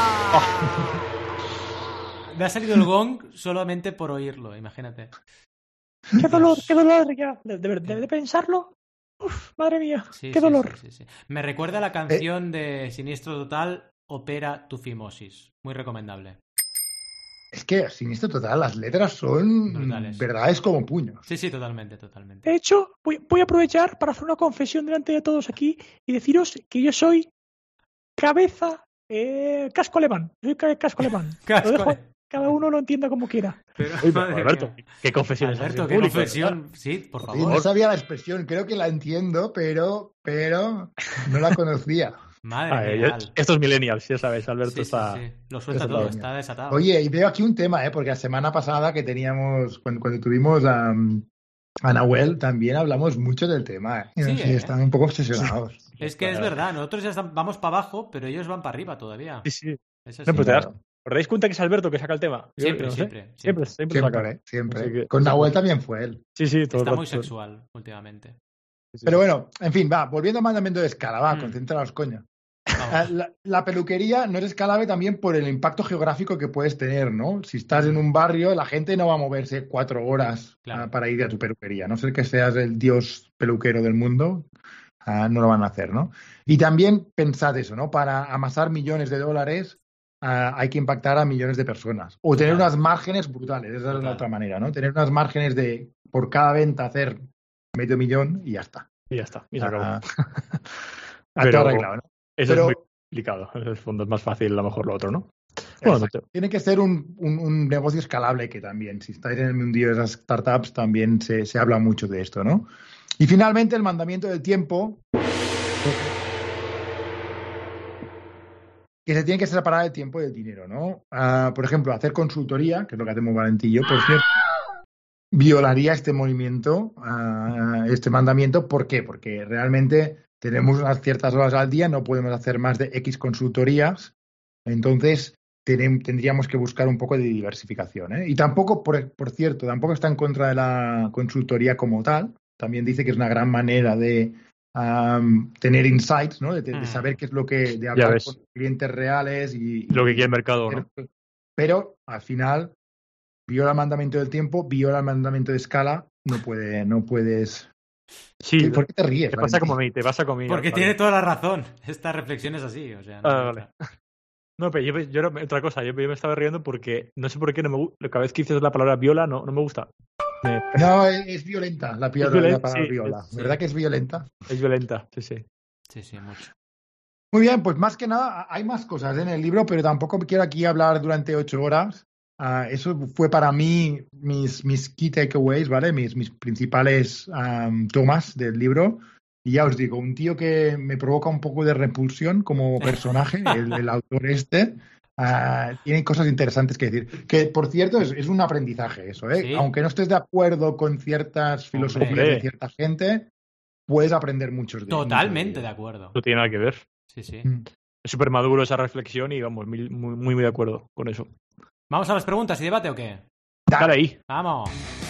Me ha salido el gong solamente por oírlo, imagínate. Qué dolor, qué dolor, ya. De, de, de- de pensarlo. Uf, madre mía, Sí, qué sí, dolor. sí, sí, sí. Me recuerda a la canción de Siniestro Total, Opera tu fimosis. Muy recomendable. Es que, siniestro total, las letras son Brutales. verdades como puños. Sí, sí, totalmente, totalmente. De hecho, voy, voy a aprovechar para hacer una confesión delante de todos aquí y deciros que yo soy cabeza, eh, casco alemán. Soy ca- casco alemán. Casco Lo dejo- alemán. cada uno lo entienda como quiera. Pero, Uy, madre Alberto, mía. ¿qué confesiones Alberto, haces qué en público, confesión. Sí, por Sí, favor. no sabía la expresión, creo que la entiendo, pero, pero no la conocía. Madre Ah, eh, mía. ya- Al. estos millennials, ya sabes, Alberto Sí, sí, está... sí. Lo suelta está todo, bien. está desatado. Oye, y veo aquí un tema, ¿eh? Porque la semana pasada que teníamos, cuando, cuando tuvimos a, a Nahuel, también hablamos mucho del tema. ¿eh? Sí, No sé, ¿eh? están un poco obsesionados. Es que es verdad, nosotros ya estamos- vamos para abajo, pero ellos van para arriba todavía. Sí, sí. Es No, así. pero te das, Claro. ¿os dais cuenta que es Alberto que saca el tema? Yo Siempre, no sé. siempre, Siempre, siempre. siempre, lo saca. Siempre, siempre. Así que- Con Nahuel también fue él. Sí, sí, todo el Está rato. muy sexual últimamente. Sí, sí, Pero sí. bueno, en fin, va, volviendo al mandamiento de escala, va, Mm. concéntraos, coño. Vamos. Ah, La, la peluquería no es escalable también por el impacto geográfico que puedes tener, ¿no? Si estás en un barrio, la gente no va a moverse cuatro horas Claro. ah, para ir a tu peluquería. A no ser que seas el dios peluquero del mundo, ah, no lo van a hacer, ¿no? Y también pensad eso, ¿no? Para amasar millones de dólares ah, hay que impactar a millones de personas. O tener Total. unas márgenes brutales, esa es Total. la otra manera, ¿no? Tener unas márgenes de por cada venta hacer medio millón y ya está. Y ya está, y se acabó. Ah, Pero- todo arreglado, ¿no? Eso pero- es muy complicado. En el fondo es más fácil, a lo mejor, lo otro, ¿no? Bueno, no te- Tiene que ser un, un- un negocio escalable que también, si estáis en el mundillo de esas startups, también se, se habla mucho de esto, ¿no? Y finalmente el mandamiento del tiempo, que se tiene que separar el tiempo del dinero, ¿no? Ah, por ejemplo, hacer consultoría, que es lo que hacemos Valentillo, por cierto, violaría este movimiento, ah, este mandamiento. ¿Por qué? Porque realmente tenemos unas ciertas horas al día, no podemos hacer más de X consultorías, entonces tenem- tendríamos que buscar un poco de diversificación, ¿eh? Y tampoco, por, por cierto, tampoco está en contra de la consultoría como tal, también dice que es una gran manera de am, tener insights, ¿no? De, de Mm. saber qué es lo que, de hablar ves. con clientes reales y, Lo que quiere el mercado, ¿no? pero, pero al final viola el mandamiento del tiempo, viola el mandamiento de escala, no puede, no puedes Sí, ¿Por qué te ríes? te pasa como a mí, te pasa conmigo. Porque tiene toda la razón. Esta reflexión es así, o sea... No, ah, vale. No, pero yo, yo era otra cosa, yo, yo me estaba riendo porque no sé por qué no me gusta, cada vez que dices la palabra viola no, no me gusta. Me... No, es, es violenta la, piola, violenta, la palabra sí, viola. es, ¿Verdad sí. que es violenta? Es violenta, sí, sí. Sí, sí, mucho. Muy bien, pues más que nada hay más cosas en el libro, pero tampoco quiero aquí hablar durante ocho horas. Uh, eso fue para mí mis, mis key takeaways, ¿vale? Mis, mis principales um, tomas del libro. Y ya os digo, un tío que me provoca un poco de repulsión como personaje, el, el autor este, uh, tiene cosas interesantes que decir. Que, por cierto, es, es un aprendizaje eso, ¿eh? ¿Sí? Aunque no estés de acuerdo con ciertas filosofías Hombre. de cierta gente, puedes aprender muchos de Totalmente mucho de acuerdo. No tiene nada que ver. Sí, sí. Mm. Es súper maduro esa reflexión y vamos, muy, muy, muy de acuerdo con eso. ¿Vamos a las preguntas y debate o qué? Dale ahí. ¡Vamos!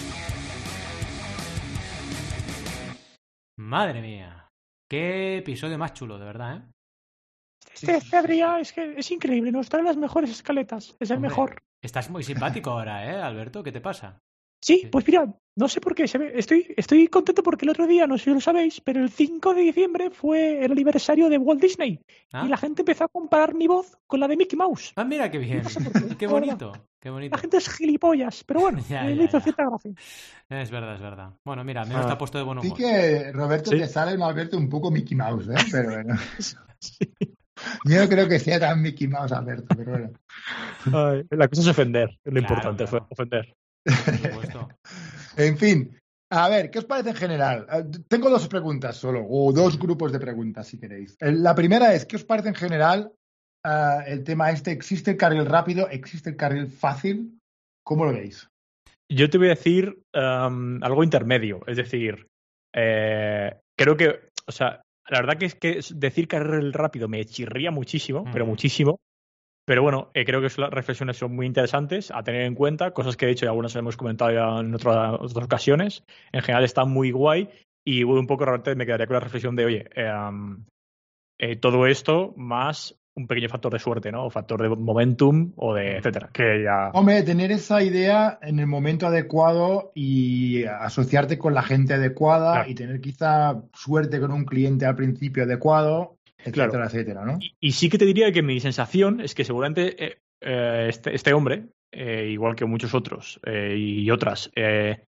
Madre mía. Qué episodio más chulo, de verdad, ¿eh? Este, este Adrián es que es increíble, nos trae las mejores escaletas, es el Hombre, mejor. Estás muy simpático ahora, ¿eh, Alberto? ¿Qué te pasa? Sí, pues mira, no sé por qué, se ve, estoy, estoy contento porque el otro día, no sé si lo sabéis, pero el cinco de diciembre fue el aniversario de Walt Disney ¿Ah? y la gente empezó a comparar mi voz con la de Mickey Mouse. Ah, mira qué bien. No sé por qué, Qué la bonito, qué bonito. La gente es gilipollas, pero bueno, Ya, me ya, hizo ya. cierta gracia. Es verdad, es verdad. Bueno, mira, me Ah. está puesto de buen Sí humor. que, Roberto, Sí. te sale un Alberto un poco Mickey Mouse, ¿eh? Pero bueno. Sí. Yo no creo que sea tan Mickey Mouse, Alberto, pero bueno. Ay, la cosa es ofender, es lo Claro, importante, claro. ofender. Por supuesto. En fin, a ver, ¿qué os parece en general? Eh, Tengo dos preguntas solo, o dos grupos de preguntas, si queréis. Eh, La primera es, ¿qué os parece en general uh, el tema este? ¿Existe el carril rápido? ¿Existe el carril fácil? ¿Cómo lo veis? Yo te voy a decir um, algo intermedio, es decir, eh, creo que, o sea, la verdad que es que decir carril rápido me chirría muchísimo, mm. pero muchísimo. Pero bueno, eh, creo que las reflexiones son muy interesantes a tener en cuenta, cosas que de hecho algunas hemos comentado ya en otra, otras ocasiones. En general están muy guay y un poco realmente me quedaría con la reflexión de, oye, eh, um, eh, todo esto más un pequeño factor de suerte, ¿no? O factor de momentum o de etcétera. Que ya... Hombre, tener esa idea en el momento adecuado y asociarte con la gente adecuada, claro, y tener quizá suerte con un cliente al principio adecuado, etcétera, claro, etcétera, ¿no? Y, y sí que te diría que mi sensación es que seguramente eh, eh, este, este hombre, eh, igual que muchos otros eh, y otras, eh,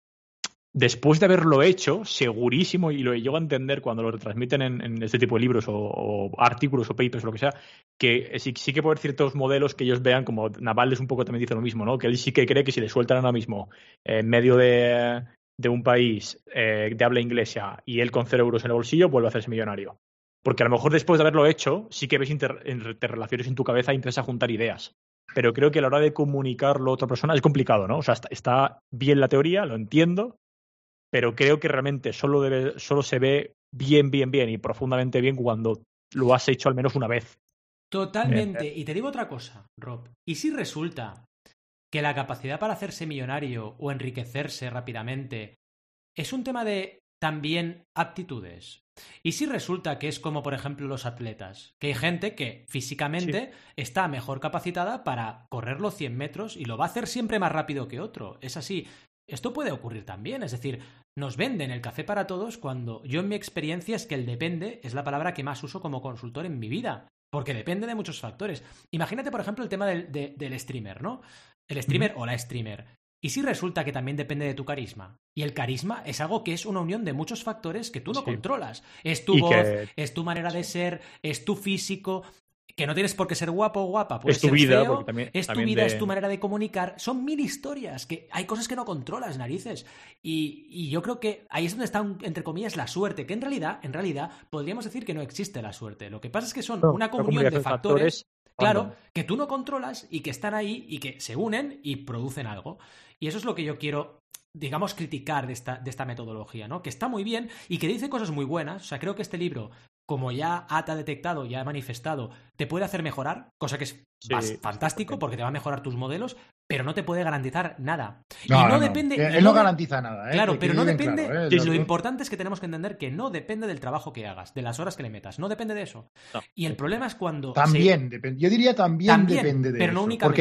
después de haberlo hecho, segurísimo, y lo llego a entender cuando lo retransmiten en, en este tipo de libros o, o artículos o papers o lo que sea, que sí, sí que puede haber ciertos modelos que ellos vean, como Navalny un poco también dice lo mismo, ¿no? Que él sí que cree que si le sueltan ahora mismo eh, en medio de, de un país eh, de habla inglesa y él con cero euros en el bolsillo, vuelve a hacerse millonario. Porque a lo mejor después de haberlo hecho, sí que ves inter, interrelaciones en tu cabeza y empiezas a juntar ideas. Pero creo que a la hora de comunicarlo a otra persona es complicado, ¿no? O sea, está, está bien la teoría, lo entiendo, pero creo que realmente solo, debe, solo se ve bien, bien, bien y profundamente bien cuando lo has hecho al menos una vez. Totalmente. Y te digo otra cosa, Rob. ¿Y si resulta que la capacidad para hacerse millonario o enriquecerse rápidamente es un tema de también aptitudes? ¿Y si resulta que es como, por ejemplo, los atletas? Que hay gente que físicamente sí. está mejor capacitada para correr los cien metros y lo va a hacer siempre más rápido que otro. Es así. Esto puede ocurrir también, es decir, nos venden el café para todos cuando yo en mi experiencia es que el depende es la palabra que más uso como consultor en mi vida, porque depende de muchos factores. Imagínate, por ejemplo, el tema del, de, del streamer, ¿no? El streamer mm-hmm. o la streamer. ¿Y si resulta que también depende de tu carisma? Y el carisma es algo que es una unión de muchos factores que tú no sí. controlas. Es tu y voz, que... es tu manera de ser, es tu físico... Que no tienes por qué ser guapo o guapa, puedes es tu ser vida, feo, también, es tu también vida, de... es tu manera de comunicar. Son mil historias, que hay cosas que no controlas, narices. Y, y yo creo que ahí es donde está, un, entre comillas, la suerte, que en realidad, en realidad, podríamos decir que no existe la suerte. Lo que pasa es que son no, una comunión de factores, factores claro, que tú no controlas y que están ahí y que se unen y producen algo. Y eso es lo que yo quiero, digamos, criticar de esta, de esta metodología, ¿no? Que está muy bien y que dice cosas muy buenas. O sea, creo que este libro, como ya te ha detectado, ya ha manifestado, te puede hacer mejorar, cosa que es sí, fantástico porque te va a mejorar tus modelos, pero no te puede garantizar nada. No, y no, no depende... No. Él y no no garantiza nada, ¿eh? Claro, que, pero que no depende... Claro, ¿eh? Lo, lo importante es que tenemos que entender que no depende del trabajo que hagas, de las horas que le metas. No depende de eso. No. Y el problema es cuando... También, se... depende. Yo diría también, también depende de pero eso. No únicamente. Porque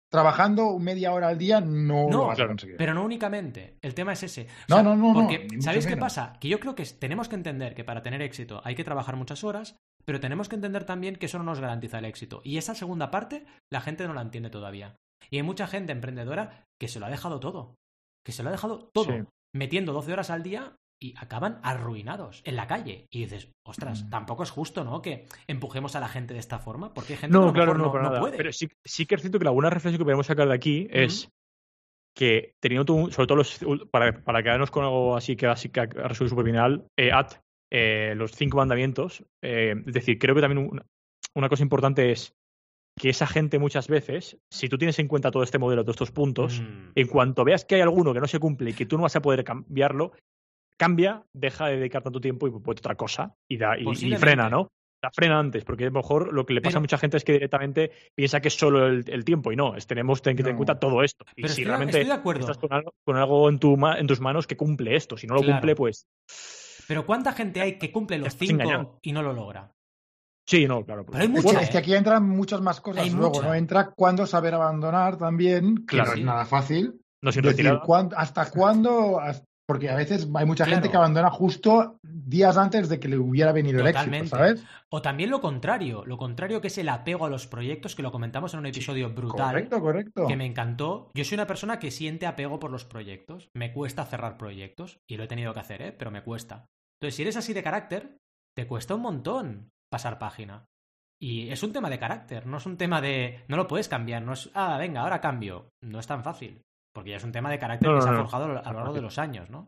trabajando media hora al día no, No, lo vas claro, a conseguir. pero no únicamente. El tema es ese. O No, sea, no, no, no, Porque, ni mucho ¿sabéis qué menos. pasa? Que yo creo que tenemos que entender que para tener éxito hay que trabajar muchas horas, pero tenemos que entender también que eso no nos garantiza el éxito. Y esa segunda parte, la gente no la entiende todavía. Y hay mucha gente emprendedora que se lo ha dejado todo. Que se lo ha dejado todo. Sí. Metiendo doce horas al día y acaban arruinados en la calle. Y dices, ostras, Mm. tampoco es justo, ¿no? Que empujemos a la gente de esta forma, porque hay gente No, que a lo claro, mejor no, no, para no nada. puede. Pero sí, sí que es cierto que la buena reflexión que podemos sacar de aquí es que teniendo tú, sobre todo los, para, para quedarnos con algo así que así que ha resuelto súper final, eh, at eh, los cinco mandamientos, eh, es decir, creo que también una, una cosa importante es que esa gente muchas veces, si tú tienes en cuenta todo este modelo, todos estos puntos, Mm. en cuanto veas que hay alguno que no se cumple y que tú no vas a poder cambiarlo, cambia, deja de dedicar tanto tiempo y pues otra cosa y, da, y, y Posiblemente. frena, ¿no? La frena antes, porque a lo mejor lo que le pasa Pero- a mucha gente es que directamente piensa que es solo el, el tiempo y no, es, tenemos que tener en No. cuenta todo esto. Y Pero si estoy- realmente estoy de acuerdo. estás con algo, con algo en, tu, ma- en tus manos que cumple esto, si no lo Claro. cumple, pues Pero ¿cuánta gente hay que cumple los Estás cinco engañando. y no lo logra? sí, no, claro. Pero hay Es mucha, que, ¿eh? es que aquí entran muchas más cosas. Hay Luego, mucha. ¿no? Entra cuándo saber abandonar también, que Claro. no Sí. es nada fácil. No sin Decir, retirada. ¿cuán- ¿hasta cuándo? Hasta- Porque a veces hay mucha Claro. gente que abandona justo días antes de que le hubiera venido Totalmente. el éxito, ¿sabes? O también lo contrario, lo contrario que es el apego a los proyectos, que lo comentamos en un episodio brutal, Correcto, correcto. que me encantó. Yo soy una persona que siente apego por los proyectos. Me cuesta cerrar proyectos, y lo he tenido que hacer, ¿eh? Pero me cuesta. Entonces, si eres así de carácter, te cuesta un montón pasar página. Y es un tema de carácter, no es un tema de... No lo puedes cambiar, no es... Ah, venga, ahora cambio. No es tan fácil. Porque ya es un tema de carácter No, que no, se ha no. forjado a lo largo de los años, ¿no?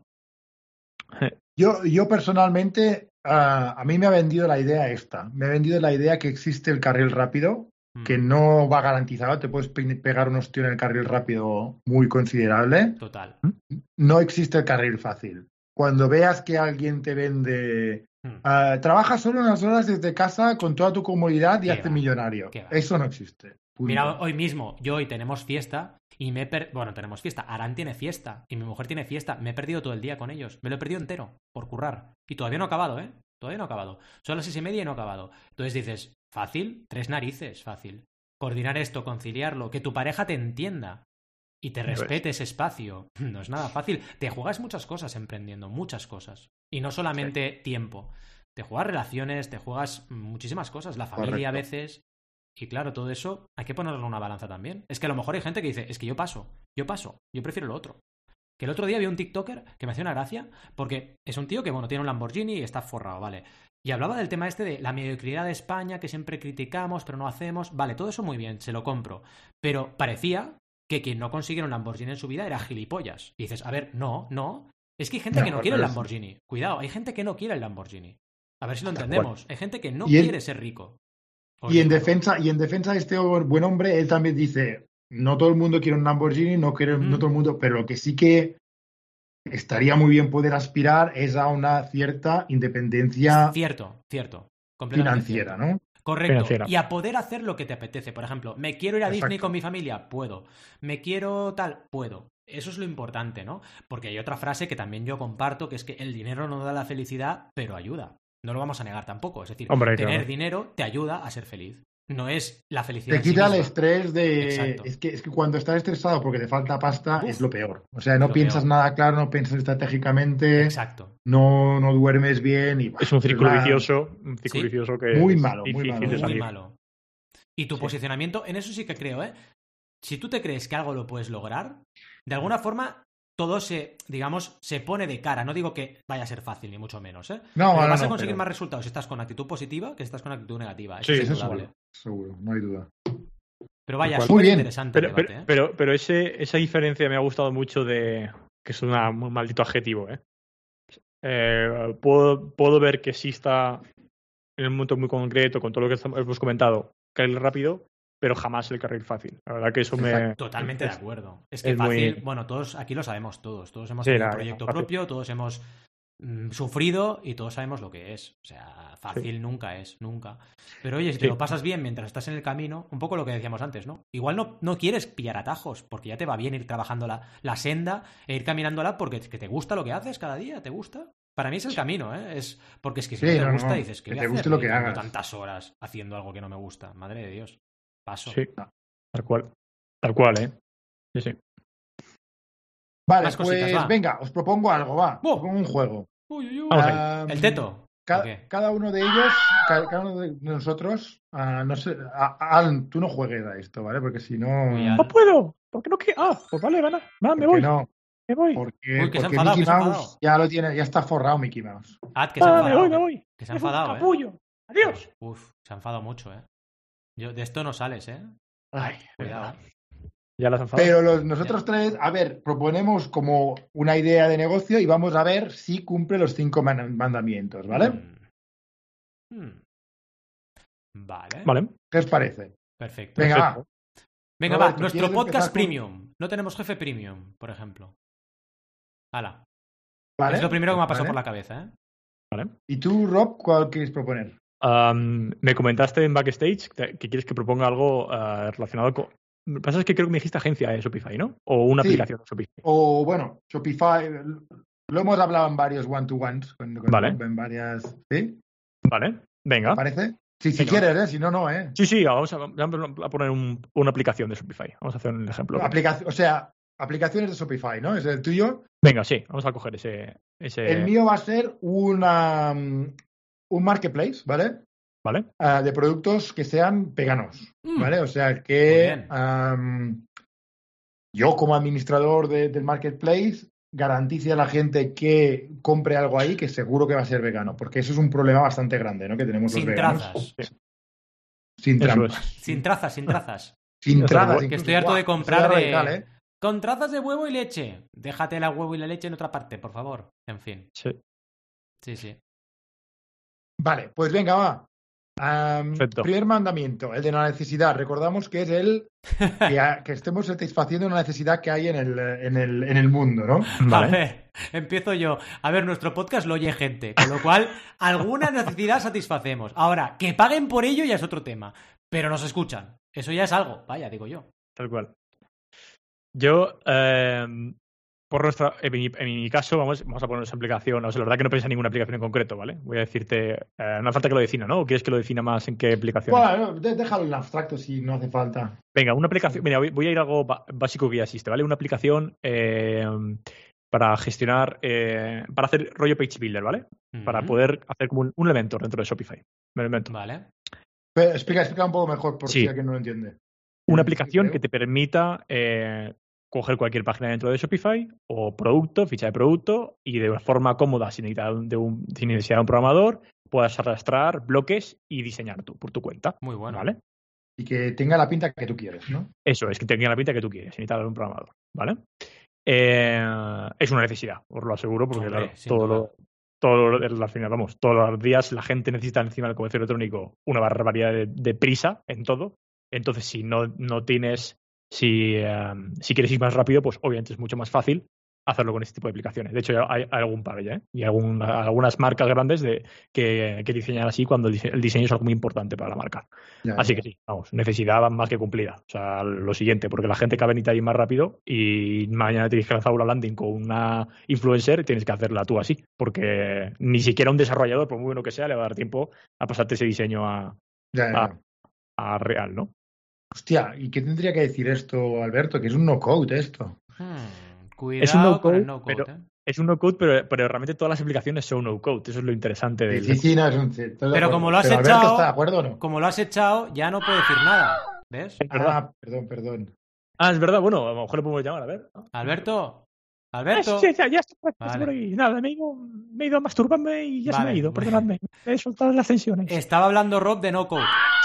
Yo, yo personalmente, ah, a mí me ha vendido la idea esta. Me ha vendido la idea que existe el carril rápido, Mm, que no va garantizado. Te puedes pe- pegar un hostio en el carril rápido muy considerable. Total. No existe el carril fácil. Cuando veas que alguien te vende... Mm. ah, trabaja solo unas horas desde casa con toda tu comodidad y Qué hazte va, millonario. qué va. Eso no existe. Punto. Mira, hoy mismo, yo hoy tenemos fiesta y me he per... Bueno, tenemos fiesta. Arán tiene fiesta y mi mujer tiene fiesta. Me he perdido todo el día con ellos. Me lo he perdido entero por currar. Y todavía no he acabado, ¿eh? Todavía no he acabado. Son las seis y media y no he acabado. Entonces dices, fácil, tres narices, fácil. Coordinar esto, conciliarlo, que tu pareja te entienda y te Ya ves. respete ese espacio. No es nada fácil. Te juegas muchas cosas emprendiendo, muchas cosas. Y no solamente tiempo. Te juegas relaciones, te juegas muchísimas cosas. La familia a Correcto. veces. Y claro, todo eso hay que ponerlo en una balanza también. Es que a lo mejor hay gente que dice, es que yo paso, yo paso, yo prefiero lo otro. Que el otro día vi un TikToker que me hacía una gracia, porque es un tío que, bueno, tiene un Lamborghini y está forrado, ¿vale? Y hablaba del tema este de la mediocridad de España, que siempre criticamos, pero no hacemos. Vale, todo eso muy bien, se lo compro. Pero parecía que quien no consiguiera un Lamborghini en su vida era gilipollas. Y dices, a ver, no, no. Es que hay gente No, que no quiere el pero es- Lamborghini. Cuidado, hay gente que no quiere el Lamborghini. A ver si lo Tal entendemos. Hay gente que no Y en- quiere ser rico. O Y en rico. defensa, y en defensa de este buen hombre, él también dice, no todo el mundo quiere un Lamborghini, no quiere, Mm. no todo el mundo, pero lo que sí que estaría muy bien poder aspirar es a una cierta independencia Cierto, cierto. Completamente financiera, cierto. ¿no? Correcto. Financiera. Y a poder hacer lo que te apetece. Por ejemplo, me quiero ir a Disney Exacto. con mi familia, puedo. Me quiero tal, puedo. Eso es lo importante, ¿no? Porque hay otra frase que también yo comparto, que es que el dinero no da la felicidad, pero ayuda. No lo vamos a negar tampoco. Es decir, Hombre, tener claro. dinero te ayuda a ser feliz. No es la felicidad. Te en sí quita el misma. estrés de... Exacto. Es que, es que cuando estás estresado porque te falta pasta Uf. es lo peor. O sea, no Lo piensas peor. nada claro, no piensas estratégicamente, Exacto. no, no duermes bien y... Es un círculo la- vicioso, un círculo Sí. vicioso que Muy es malo, muy difícil malo. de Muy salir. malo. Y tu Sí. posicionamiento, en eso sí que creo, ¿eh? Si tú te crees que algo lo puedes lograr, de alguna forma todo se, digamos, se pone de cara. No digo que vaya a ser fácil, ni mucho menos, ¿eh? No, Pero no, vas a no, conseguir pero- más resultados si estás con actitud positiva que si estás con actitud negativa. Eso Sí, es Eso indudable. seguro, seguro, no hay duda. Pero vaya, Muy súper bien. interesante el Pero, debate, pero, ¿eh? pero, pero ese, esa diferencia me ha gustado mucho de que es una- un maldito adjetivo, ¿eh? Eh, puedo, puedo ver que sí está en un momento muy concreto, con todo lo que estamos- hemos comentado, carril rápido, pero jamás el carril fácil. La verdad que eso me... Totalmente de es- acuerdo. Es que es fácil, muy- bueno, todos aquí lo sabemos todos. Todos hemos Sí, tenido un la- proyecto fácil. propio, todos hemos mm, sufrido y todos sabemos lo que es. O sea, fácil nunca es, nunca. Pero oye, si te Sí. lo pasas bien mientras estás en el camino, un poco lo que decíamos antes, ¿no? Igual no, no quieres pillar atajos, porque ya te va bien ir trabajando la, la senda e ir caminándola porque que te gusta lo que haces cada día, ¿te gusta? Para mí es el camino, ¿eh? Es porque es que si Sí, no te no, gusta, no, dices que que voy te a guste hacer lo que dedicando hagas. tantas horas haciendo algo que no me gusta. Madre de Dios. Paso. Sí, tal cual. Tal cual, ¿eh? Sí, sí. Vale, Más pues cositas, va. venga, os propongo algo, va. ¡Oh! Os propongo un juego. Uy, uy, uy. Vamos ahí. Am, ¿El teto? ca- ¿O qué? cada uno de ellos, ca- cada, uno de nosotros, ah, no sé, ah, Alan, tú no juegues a esto, ¿vale? Porque si no, Uy, Al. No puedo. ¿Por qué no quiero? Ah, pues vale, van. Va, me ¿por voy. qué no? Me voy. Porque, Uy, que se ha porque enfadado, Mickey que se ha Mouse enfadado. ya lo tiene, ya está forrado Mickey Mouse. Ah, que se ha Ah, me enfadado. voy, me que- voy. Que se ha Es un enfadado, ¿eh? capullo. Adiós. Uf, se ha enfadado mucho, ¿eh? Yo, de esto no sales, ¿eh? Ay, Cuidado. verdad. Ya las han enfadado. Pero los, nosotros tres, a ver, proponemos como una idea de negocio y vamos a ver si cumple los cinco man- mandamientos, ¿vale? Mm. Mm. Vale. Vale. ¿Qué os parece? Perfecto. Venga, Perfecto. va. Venga, Roberto, va. Nuestro ¿quieres podcast empezar con- premium. No tenemos jefe premium, por ejemplo. Hala. ¿Vale? Es lo primero que me ha pasado Vale. por la cabeza, ¿eh? Vale. ¿Y tú, Rob, cuál quieres proponer? Um, me comentaste en backstage que, que quieres que proponga algo uh, relacionado con. Lo que pasa es que creo que me dijiste agencia de Shopify, ¿no? O una Sí. aplicación de Shopify. O bueno, Shopify, lo hemos hablado en varios one-to-ones, con, con Vale. Rob, en varias, ¿sí? Vale. Venga. ¿Te parece? Sí, si Venga. quieres, ¿eh? Si no, no, ¿eh? Sí, sí, vamos a, vamos a poner un- una aplicación de Shopify. Vamos a hacer un ejemplo. Aplicación, o sea, aplicaciones de Shopify, ¿no? Es el tuyo. Venga, sí, vamos a coger ese. ese... El mío va a ser una, um, un marketplace, ¿vale? Vale. Uh, de productos que sean veganos, Mm. ¿vale? O sea Muy que bien. um, yo como administrador de- del marketplace garantice a la gente que compre algo ahí que seguro que va a ser vegano, porque eso es un problema bastante grande, ¿no? Que tenemos los Sin veganos. trazas. Sin Eso trampas. es. Sin trazas, sin trazas. Sin Eso es trazas. bueno. Que incluso. estoy harto Buah, de eso comprar ya de... radical, ¿eh? Con trazas de huevo y leche. Déjate la huevo y la leche en otra parte, por favor. En fin. Sí. Sí, sí. Vale, pues venga, va. Um, Perfecto. primer mandamiento, el de la necesidad. Recordamos que es el que, ha- que estemos satisfaciendo una necesidad que hay en el, en el, en el mundo, ¿no? A Vale. ver, empiezo yo. A ver, nuestro podcast lo oye gente, con lo cual alguna necesidad satisfacemos. Ahora, que paguen por ello ya es otro tema, pero nos escuchan. Eso ya es algo, vaya, digo yo. Tal cual. Yo, eh, por nuestra, en mi, en mi caso, vamos, vamos a poner esa aplicación. O sea, la verdad que no pensé en ninguna aplicación en concreto, ¿vale? Voy a decirte, eh, no hace falta que lo defina, ¿no? ¿O quieres que lo defina más en qué aplicación? Bueno, de- déjalo en abstracto si no hace falta. Venga, una aplicación. Mira, voy, voy a ir a algo ba- básico que ya existe, ¿vale? Una aplicación eh, para gestionar, eh, para hacer rollo page builder, ¿vale? Para Mm, poder hacer como un, un Elementor dentro de Shopify. Un Elementor. Vale. Pero explica, explica un poco mejor por Sí. si alguien no lo entiende. Una Sí, aplicación creo. que te permita eh, coger cualquier página dentro de Shopify o producto, ficha de producto, y de una forma cómoda, sin necesidad de un, sin necesidad de un programador, puedas arrastrar bloques y diseñar tú por tu cuenta. Muy bueno. ¿Vale? Y que tenga la pinta que tú quieres, ¿no? Eso es, que tenga la pinta que tú quieres, sin necesitar de un programador. ¿Vale? Eh, es una necesidad, os lo aseguro, porque Hombre, claro, sin todo duda. lo, todo lo- al final, vamos, todos los días la gente necesita encima del comercio electrónico una barbaridad de, de prisa en todo. Entonces, si no, no tienes, si, eh, si quieres ir más rápido, pues obviamente es mucho más fácil hacerlo con este tipo de aplicaciones. De hecho, ya hay, hay algún par ya, ¿eh? Y algún, algunas marcas grandes de, que, que diseñan así cuando el dise- el diseño es algo muy importante para la marca. Ya, Así ya. que sí, vamos, necesidad más que cumplida. O sea, lo siguiente, porque la gente que va a venir ahí más rápido y mañana tienes que lanzar una landing con una influencer, tienes que hacerla tú así, porque ni siquiera un desarrollador, por muy bueno que sea, le va a dar tiempo a pasarte ese diseño a, Ya, ya, Ah. ya. a real, ¿no? Hostia, ¿y qué tendría que decir esto, Alberto? Que es un no-code esto. Hmm, cuidado Es un no con el code, no-code, pero- ¿eh? Es un no-code, pero, pero realmente todas las aplicaciones son no-code. Eso es lo interesante del... Sí, sí, no, es un... sí, estoy de Pero acuerdo. como lo has Pero Alberto echado- está de acuerdo o no? Como lo has echado, ya no puedo decir nada. ¿Ves? Es verdad. Ah, perdón, perdón. Ah, es verdad. Bueno, a lo mejor le podemos llamar, a ver. Alberto. Ah, Alberto. sí, ya, ya está por Vale. por ahí. Nada, me he, ido, me he ido a masturbarme y ya se me Vale, ha ido. bueno. Perdonadme. He soltado las tensiones. Estaba hablando Rob de no-code.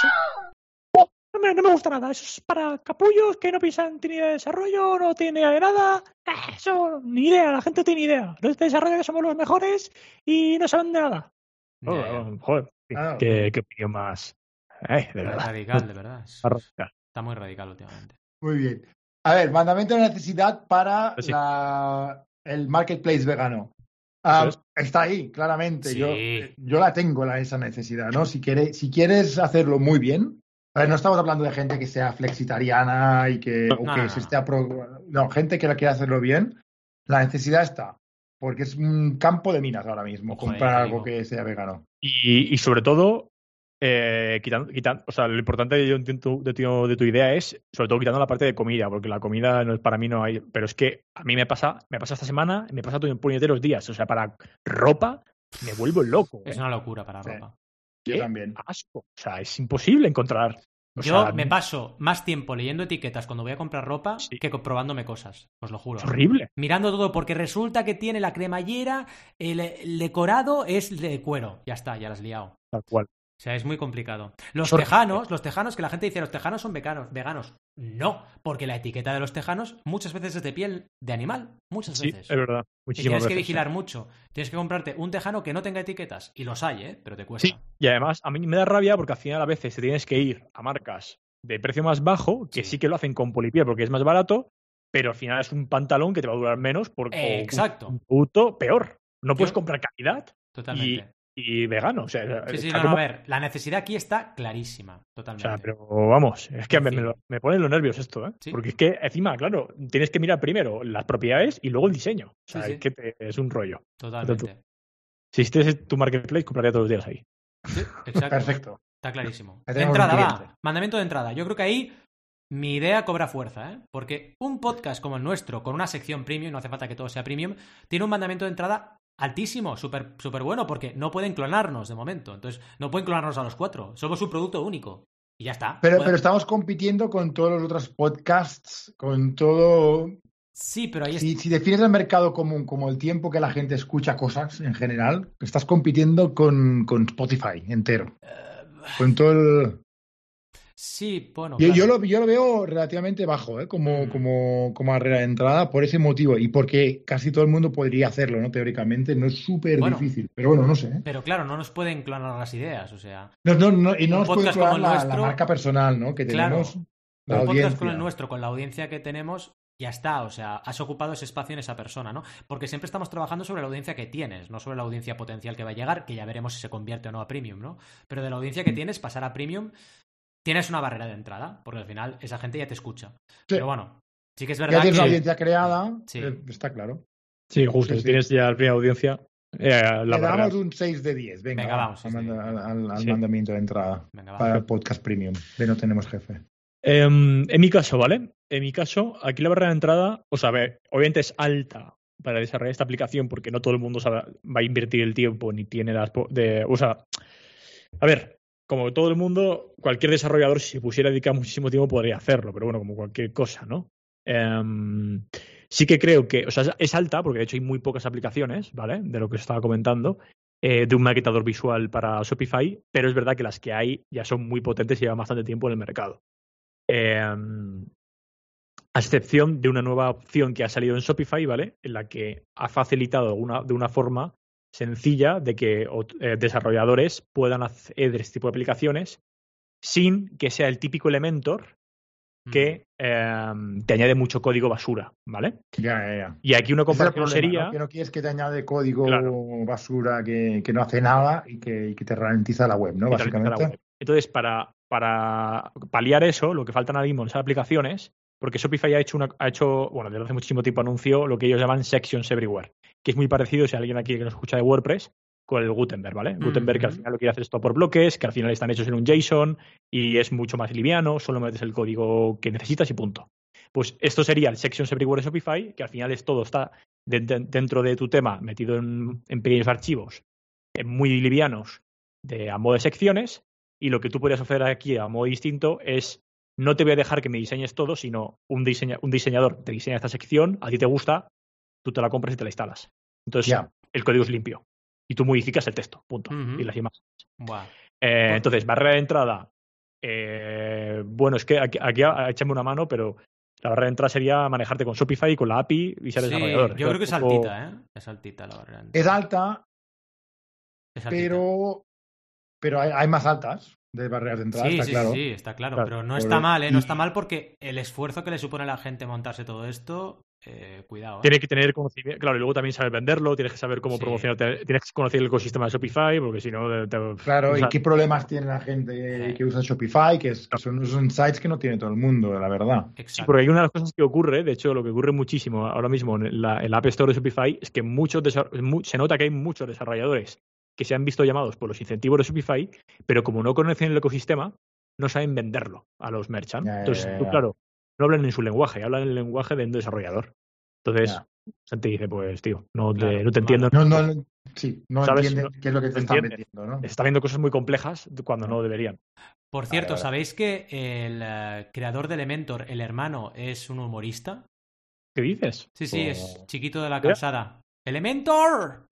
No me, no me gusta nada. Eso es para capullos que no piensan, tiene idea de desarrollo, no tiene idea de nada. Ah, eso, ni idea. La gente tiene idea. Los de desarrollo que somos los mejores y no saben de nada. Oh, Ya, ya. oh, joder, Ah, qué, qué opinión más... Ay, de verdad. Radical, de verdad. Es- Radical. Está muy radical últimamente. Muy bien. A ver, mandamiento de necesidad para Sí. la, el marketplace vegano. Ah, Eso está ahí, claramente. Sí. Yo, yo la tengo, la, esa necesidad, ¿no? Si, quiere, si quieres hacerlo muy bien, a ver, no estamos hablando de gente que sea flexitariana y que, o No, que no, se no. esté apro- no, gente que la quiere hacerlo bien. La necesidad está, porque es un campo de minas ahora mismo, Joder, comprar te algo digo. que sea vegano. Y, y sobre todo, Eh, quitando, quitando, o sea, lo importante de, de, tu, de, tu, de tu idea es, sobre todo quitando la parte de comida, porque la comida no, para mí no hay. Pero es que a mí me pasa, me pasa esta semana, me pasa todo en puñeteros días. O sea, para ropa me vuelvo loco. Es ¿eh? una locura para Sí. ropa. Yo ¿Qué también. asco. O sea, es imposible encontrar. O Yo sea, me paso más tiempo leyendo etiquetas cuando voy a comprar ropa Sí. que probándome cosas, os lo juro. es horrible. Mirando todo, porque resulta que tiene la cremallera, el, el decorado es de cuero. Ya está, ya la has liado. Tal cual. O sea, es muy complicado. Los Horrible. tejanos, los tejanos, que la gente dice, los tejanos son veganos, veganos. No, porque la etiqueta de los tejanos muchas veces es de piel de animal. Muchas Sí, veces. es verdad. Y Muchísimas tienes que veces, vigilar ¿eh? mucho. Tienes que comprarte un tejano que no tenga etiquetas. Y los hay, ¿eh? Pero te cuesta. Sí, y además a mí me da rabia porque al final a veces te tienes que ir a marcas de precio más bajo, que Sí. sí, que lo hacen con polipiel porque es más barato, pero al final es un pantalón que te va a durar menos porque Eh, exacto. un puto peor. No puedes Yo- comprar calidad Totalmente. y vegano. O sea, Sí, sí, está no, no, como- a ver, la necesidad aquí está clarísima, o totalmente. sea, pero vamos, es que En me, fin. me, lo- me ponen los nervios esto, ¿eh? Sí. Porque es que encima, claro, tienes que mirar primero las propiedades y luego el diseño. O sea, Sí, sí. es que te- es un rollo. Totalmente. Si este es tu marketplace, compraría todos los días ahí. Sí, exacto. Perfecto. Está clarísimo. Ahí De tenemos entrada, un va. cliente. Mandamiento de entrada. Yo creo que ahí mi idea cobra fuerza, ¿eh? Porque un podcast como el nuestro, con una sección premium, no hace falta que todo sea premium, tiene un mandamiento de entrada altísimo, súper súper bueno, porque no pueden clonarnos de momento. Entonces, no pueden clonarnos a los cuatro. Somos un producto único. Y ya está. Pero, Pueden- pero estamos compitiendo con todos los otros podcasts, con todo. Sí, pero ahí Si, si defines el mercado como, como el tiempo que la gente escucha cosas en general, estás compitiendo con, con Spotify entero. Con todo el. Sí, bueno. Yo, claro. yo lo, yo lo veo relativamente bajo, ¿eh? como, Mm. como, como barrera de entrada por ese motivo y porque casi todo el mundo podría hacerlo, ¿no? Teóricamente, no es súper Bueno. difícil, pero bueno, no sé. ¿eh? Pero claro, no nos pueden clonar las ideas, o sea. No, no, no, y no Un nos puede podcast como clonar el la, nuestro- la marca personal, ¿no? Que Claro. tenemos la Un podcast audiencia. con el nuestro, con la audiencia que tenemos, ya está. O sea, has ocupado ese espacio en esa persona, ¿no? Porque siempre estamos trabajando sobre la audiencia que tienes, no sobre la audiencia potencial que va a llegar, que ya veremos si se convierte o no a premium, ¿no? Pero de la audiencia que tienes, pasar a premium, tienes una barrera de entrada, porque al final esa gente ya te escucha. Sí. Pero bueno, sí que es Ya verdad tienes que... una audiencia creada, Sí. eh, está claro. Sí, justo. Sí, si sí. tienes ya la primera audiencia, eh, la Le barrera. damos un seis de diez. Venga, Venga, va, vamos, al, seis de manda- diez. al- al Sí. mandamiento de entrada Venga, va. para el podcast premium de No Tenemos Jefe. Eh, en mi caso, ¿vale? En mi caso, aquí la barrera de entrada, o sea, a ver, obviamente es alta para desarrollar esta aplicación porque no todo el mundo sabe- va a invertir el tiempo ni tiene las... po- De, o sea, a ver, como todo el mundo, cualquier desarrollador, si se pusiera a dedicar muchísimo tiempo, podría hacerlo, pero bueno, como cualquier cosa, ¿no? Em, sí que creo que, o sea, es- es alta porque de hecho hay muy pocas aplicaciones, ¿vale? De lo que os estaba comentando, eh, de un maquetador visual para Shopify, pero es verdad que las que hay ya son muy potentes y llevan bastante tiempo en el mercado. Eh, a excepción de una nueva opción que ha salido en Shopify, ¿vale? En la que ha facilitado una, de una forma sencilla de que ot- eh, desarrolladores puedan hacer este tipo de aplicaciones sin que sea el típico Elementor que eh, te añade mucho código basura, ¿vale? Ya, ya, ya. Y aquí una Ese es el comparación problema, sería... ¿no? Que no quieres que te añade código Claro. basura que, que no hace nada y que, y que te ralentiza la web, ¿no? y ralentiza la Básicamente. web. Entonces, para, para paliar eso, lo que faltan ahora mismo en esas aplicaciones, porque Shopify ha hecho, una, ha hecho, bueno, desde hace muchísimo tiempo anunció lo que ellos llaman Sections Everywhere, que es muy parecido, si hay alguien aquí que nos escucha de WordPress, con el Gutenberg, ¿vale? Mm-hmm. Gutenberg que al final lo que hace es todo por bloques, que al final están hechos en un JSON y es mucho más liviano, solo metes el código que necesitas y punto. Pues esto sería el Sections Everywhere de Shopify, que al final es todo, está de, de, dentro de tu tema, metido en, en pequeños archivos eh, muy livianos de, a modo de secciones, y lo que tú podrías hacer aquí a modo distinto es no te voy a dejar que me diseñes todo, sino un, diseña, un diseñador te diseña esta sección, a ti te gusta, tú te la compras y te la instalas. Entonces, Ya. el código es limpio. Y tú modificas el texto, punto. Ujú. Y las imágenes. Buah. Eh, Por- entonces, barrera de entrada. eh, bueno, es que aquí, aquí a- échame una mano, pero la barrera de entrada sería manejarte con Shopify y con la A P I y ser Sí, desarrollador. yo creo que es un poco- altita, ¿eh? Es altita la barrera. Es alta, Es altita. pero, pero hay, hay más altas de barreras de entrada, Sí, está sí, claro. sí, sí, está claro. Claro, Pero no por está el- mal, ¿eh? No y- está mal porque el esfuerzo que le supone a la gente montarse todo esto, eh, cuidado. ¿eh? Tiene que tener conocimiento, claro, y luego también saber venderlo, tienes que saber cómo Sí. promocionarte, tienes que conocer el ecosistema de Shopify, porque si no, te- te- Claro, o sea, ¿y qué problemas tiene la gente Eh. que usa Shopify? Que, es- que son unos insights que no tiene todo el mundo, la verdad. sí, Exacto. porque hay una de las cosas que ocurre, de hecho, lo que ocurre muchísimo ahora mismo en la, en la App Store de Shopify es que muchos desa- mu- se nota que hay muchos desarrolladores que se han visto llamados por los incentivos de Shopify, pero como no conocen el ecosistema, no saben venderlo a los merchants. Ya, ya, Entonces, ya, tú, ya. claro, no hablan en su lenguaje, hablan en el lenguaje de un desarrollador. Entonces, Ya. gente dice, pues, tío, no te, Claro, no te entiendo. No, no, no- sí, no ¿Sabes? entienden No- qué es lo que te no están entienden. vendiendo, ¿no? Está viendo cosas muy complejas cuando No. no deberían. Por Vale, cierto, vale. ¿sabéis que el eh, creador de Elementor, el hermano, es un humorista? ¿Qué dices? Sí, sí, Oh. es chiquito de la Mira. calzada. ¡Elementor!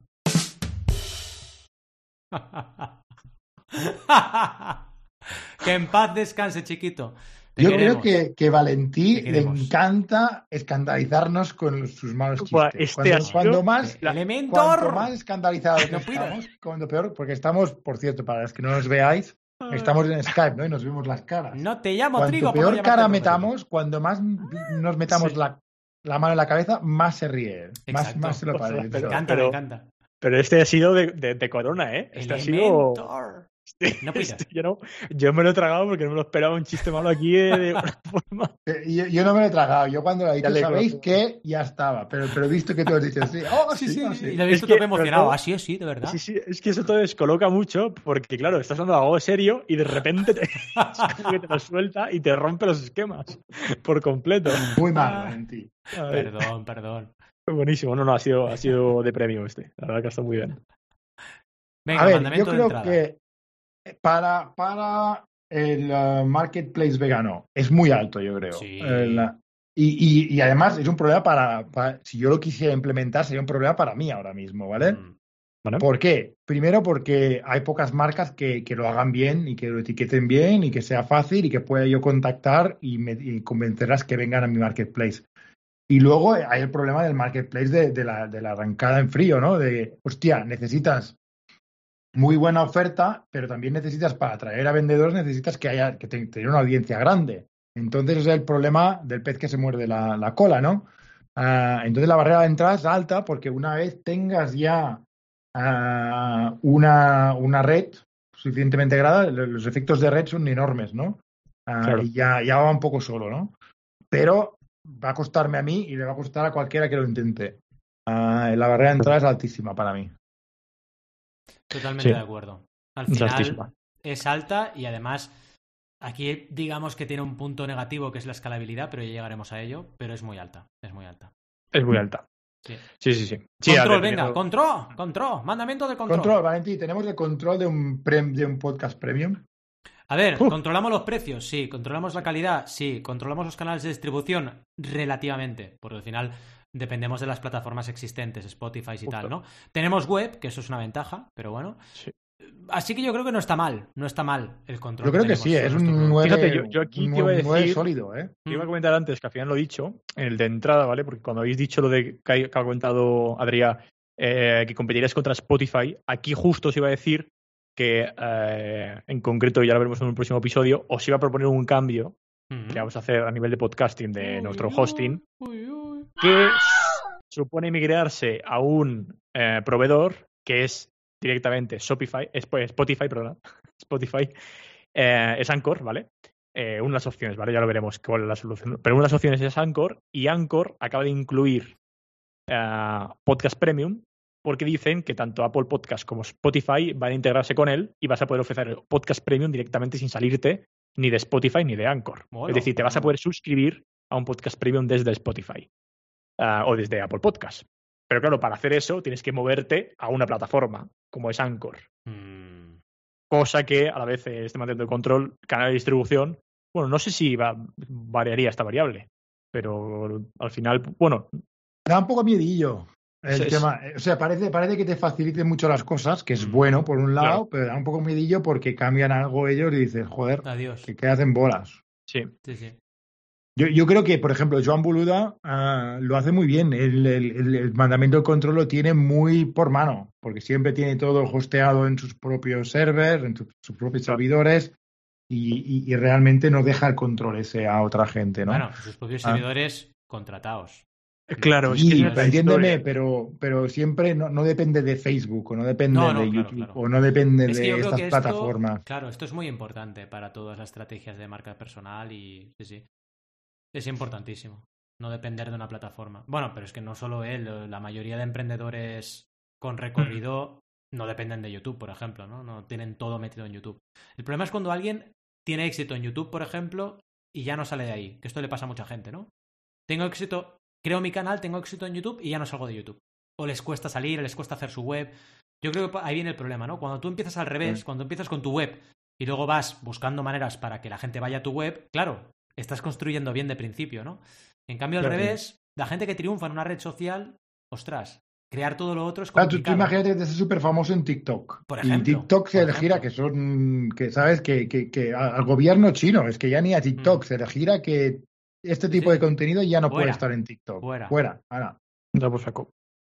Que en paz descanse, chiquito. Te Yo queremos. creo que, que Valentí Te le queremos. encanta escandalizarnos con sus malos Buah, chistes. este cuando, ha sido cuando más, Eh, Elementor. cuanto más escandalizados No estamos, cuando peor, porque estamos, por cierto, para los que no nos veáis, estamos en Skype, ¿no? Y nos vemos las caras. No te llamo Cuanto trigo por no peor llamarte cara trigo. metamos, cuando más nos metamos Sí. la, la mano en la cabeza, más se ríe. Más, Exacto. más se lo O sea, parece. Me encanta, Pero- me encanta. Pero este ha sido de, de, de corona, ¿eh? Este ha sido... Elementor. Este- No pidas. este yo, no, yo me lo he tragado porque no me lo esperaba un chiste malo aquí de, de una forma... Eh, Yo, yo no me lo he tragado. Yo cuando lo he Ya dicho, le ¿sabéis conozco. qué? Ya estaba. Pero, pero he visto que tú has dicho, sí. Oh, Sí, sí, sí, ah, y sí. lo he visto Es que, todo emocionado. pero- Así es, sí, de verdad. Sí, sí, es que eso te descoloca mucho porque, claro, estás hablando de algo serio y de repente te, es como que te lo suelta y te rompe los esquemas por completo. Muy mal, Ah. Valentí. Ay, Perdón, perdón. buenísimo. No, no, ha sido, ha sido de premio este. La verdad que está muy bien. Venga, A ver, yo mandamiento de creo entrada. que para, para el uh, marketplace vegano es muy alto, yo creo. Sí. Eh, la- y, y- y además es un problema para, para- si yo lo quisiera implementar, sería un problema para mí ahora mismo, ¿vale? Mm. ¿Vale? ¿Por qué? Primero porque hay pocas marcas que, que lo hagan bien y que lo etiqueten bien y que sea fácil y que pueda yo contactar y, me, y convencerlas que vengan a mi marketplace. Y luego hay el problema del marketplace de, de la, de la arrancada en frío, ¿no? De, hostia, necesitas muy buena oferta, pero también necesitas, para atraer a vendedores, necesitas que haya que te- tener una audiencia grande. Entonces ese es el problema del pez que se muerde la, la cola, ¿no? Ah, entonces la barrera de entrada es alta porque una vez tengas ya ah, una, una red suficientemente grande, los efectos de red son enormes, ¿no? Ah, Claro. Y ya, ya va un poco solo, ¿no? Pero va a costarme a mí y le va a costar a cualquiera que lo intente. Ah, la barrera de entrada es altísima para mí. Totalmente Sí. de acuerdo. Al Es final altísima. es alta y además aquí digamos que tiene un punto negativo que es la escalabilidad, pero ya llegaremos a ello, pero es muy alta, es muy alta. Es muy alta. Sí. Sí, sí, sí. Sí, a Control, ver, venga, primero- control, control, mandamiento de control. Control, Valentín, tenemos el control de un, prem- de un podcast premium. A ver, Uf. ¿controlamos los precios? Sí. ¿Controlamos la calidad? Sí. ¿Controlamos los canales de distribución? Relativamente, porque al final dependemos de las plataformas existentes, Spotify y Justo. tal, ¿no? Tenemos web, que eso es una ventaja, pero bueno. Sí. Así que yo creo que no está mal, no está mal el control. Yo creo que tenemos sí, sobre es nuestro un producto. nueve, Fíjate, yo- yo aquí un te iba a nueve decir- sólido, ¿eh? Te iba a comentar antes, que al final lo he dicho, el de entrada, ¿vale? Porque cuando habéis dicho lo de que ha, que ha comentado Adrià, eh, que competirías contra Spotify, aquí justo os iba a decir que, eh, en concreto, ya lo veremos en un próximo episodio, os iba a proponer un cambio Ujú. que vamos a hacer a nivel de podcasting de Uy, nuestro uy, hosting, uy, uy. que supone migrarse a un eh, proveedor que es directamente Shopify, es- pues, Spotify, perdón, Spotify, eh, es Anchor, ¿vale? Eh, una de las opciones, ¿vale? Ya lo veremos cuál es la solución. Pero una de las opciones es Anchor y Anchor acaba de incluir eh, Podcast Premium porque dicen que tanto Apple Podcast como Spotify van a integrarse con él y vas a poder ofrecer Podcast Premium directamente sin salirte ni de Spotify ni de Anchor. Mola. Es decir, te vas a poder suscribir a un Podcast Premium desde Spotify uh, o desde Apple Podcast. Pero claro, para hacer eso tienes que moverte a una plataforma como es Anchor. Mm. Cosa que a la vez eh, este manteniendo el control, canal de distribución, bueno, no sé si va, variaría esta variable, pero al final, bueno, Da un poco miedillo el Sí, es- tema. O sea, parece, parece que te faciliten mucho las cosas, que es Mm. bueno por un lado, Claro. pero da un poco miedillo porque cambian algo ellos y dices, joder, Adiós. que quedas en bolas. sí, Sí, sí. Yo, yo creo que, por ejemplo, Joan Boluda ah, lo hace muy bien. El, el- el- el mandamiento del control lo tiene muy por mano, porque siempre tiene todo hosteado en sus propios servers, en sus, sus propios servidores, y, y- y realmente no deja el control ese a otra gente, ¿no? Bueno, sus propios Ah. servidores contratados. claro, Sí, es que es otra entiéndeme, historia. pero, pero siempre no, no depende de Facebook, o no depende No, no, de claro, YouTube, claro. o no depende Es que de yo creo estas que esto, plataformas. claro, esto es muy importante para todas las estrategias de marca personal y sí, sí. Es importantísimo no depender de una plataforma. Bueno, pero es que no solo él, la mayoría de emprendedores con recorrido no dependen de YouTube, por ejemplo, ¿no? No tienen todo metido en YouTube. El problema es cuando alguien tiene éxito en YouTube, por ejemplo, y ya no sale de ahí, que esto le pasa a mucha gente, ¿no? Tengo éxito, creo mi canal, tengo éxito en YouTube y ya no salgo de YouTube. O les cuesta salir, les cuesta hacer su web. Yo creo que ahí viene el problema, ¿no? Cuando tú empiezas al revés, sí. cuando empiezas con tu web y luego vas buscando maneras para que la gente vaya a tu web, claro, estás construyendo bien de principio, ¿no? En cambio, al Claro. revés, la gente que triunfa en una red social, ostras, crear todo lo otro es Claro, tú, complicado. tú imagínate que te haces súper famoso en TikTok. Por y ejemplo, TikTok se por le gira ejemplo. que son, que sabes, que, que, que al gobierno chino, es que ya ni a TikTok Mm. se le gira que este Sí, tipo sí. de contenido ya no Fuera. puede estar en TikTok. Fuera. Fuera. Ahora. Da por saco.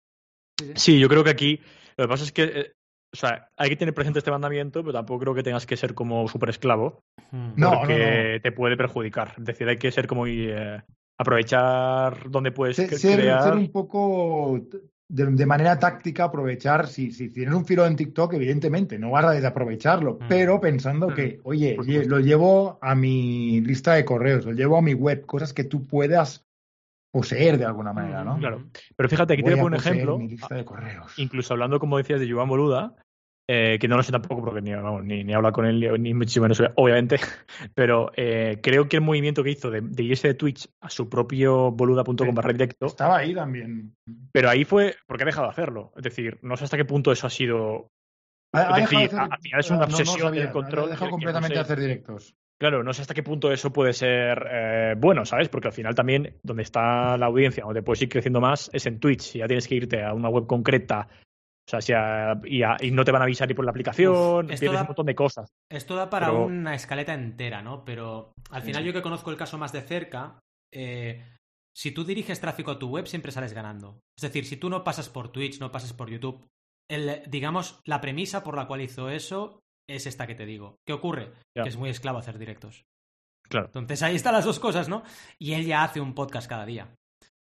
Sí, sí. Sí, yo creo que aquí lo que pasa es que, eh, o sea, hay que tener presente este mandamiento, pero tampoco creo que tengas que ser como súper esclavo, Mm. No, porque no, te puede perjudicar. Es decir, hay que ser como eh, aprovechar donde puedes Se- cre- Ser, crear. ser un poco de, de manera táctica, aprovechar, si, si tienes un filo en TikTok, evidentemente, no vas a desaprovecharlo, Mm. pero pensando Mm. que, oye, Por lle- supuesto. lo llevo a mi lista de correos, lo llevo a mi web, cosas que tú puedas poseer de alguna manera, ¿no? Mm. Claro. Pero fíjate, aquí te Voy voy a a poner un poseer ejemplo, mi lista de correos. incluso hablando, como decías, de Joan Boluda, eh, que no lo sé tampoco porque ni, vamos, ni, ni he hablado con él, ni muchísimo menos, obviamente, pero eh, creo que el movimiento que hizo de, de irse de Twitch a su propio boluda punto com barra directo, Estaba ahí también. pero ahí fue porque ha dejado de hacerlo. Es decir, no sé hasta qué punto eso ha sido. Ha- ha Es dejado de decir, hacer- al final es una no- no obsesión sabía, del control. Ha dejado que- que no completamente sé- de hacer directos. Claro, no sé hasta qué punto eso puede ser eh, bueno, ¿sabes? Porque al final también donde está la audiencia, donde puedes ir creciendo más, es en Twitch. Si ya tienes que irte a una web concreta, o sea, si a- y, a- y no te van a avisar ni por la aplicación, Uf, esto pierdes da- un montón de cosas. Esto da para Pero- una escaleta entera, ¿no? Pero al final yo que conozco el caso más de cerca, eh, si tú diriges tráfico a tu web siempre sales ganando. Es decir, si tú no pasas por Twitch, no pasas por YouTube, el, digamos, la premisa por la cual hizo eso es esta que te digo. ¿Qué ocurre? Ya. Que es muy esclavo hacer directos. Claro. Entonces ahí están las dos cosas, ¿no? Y él ya hace un podcast cada día.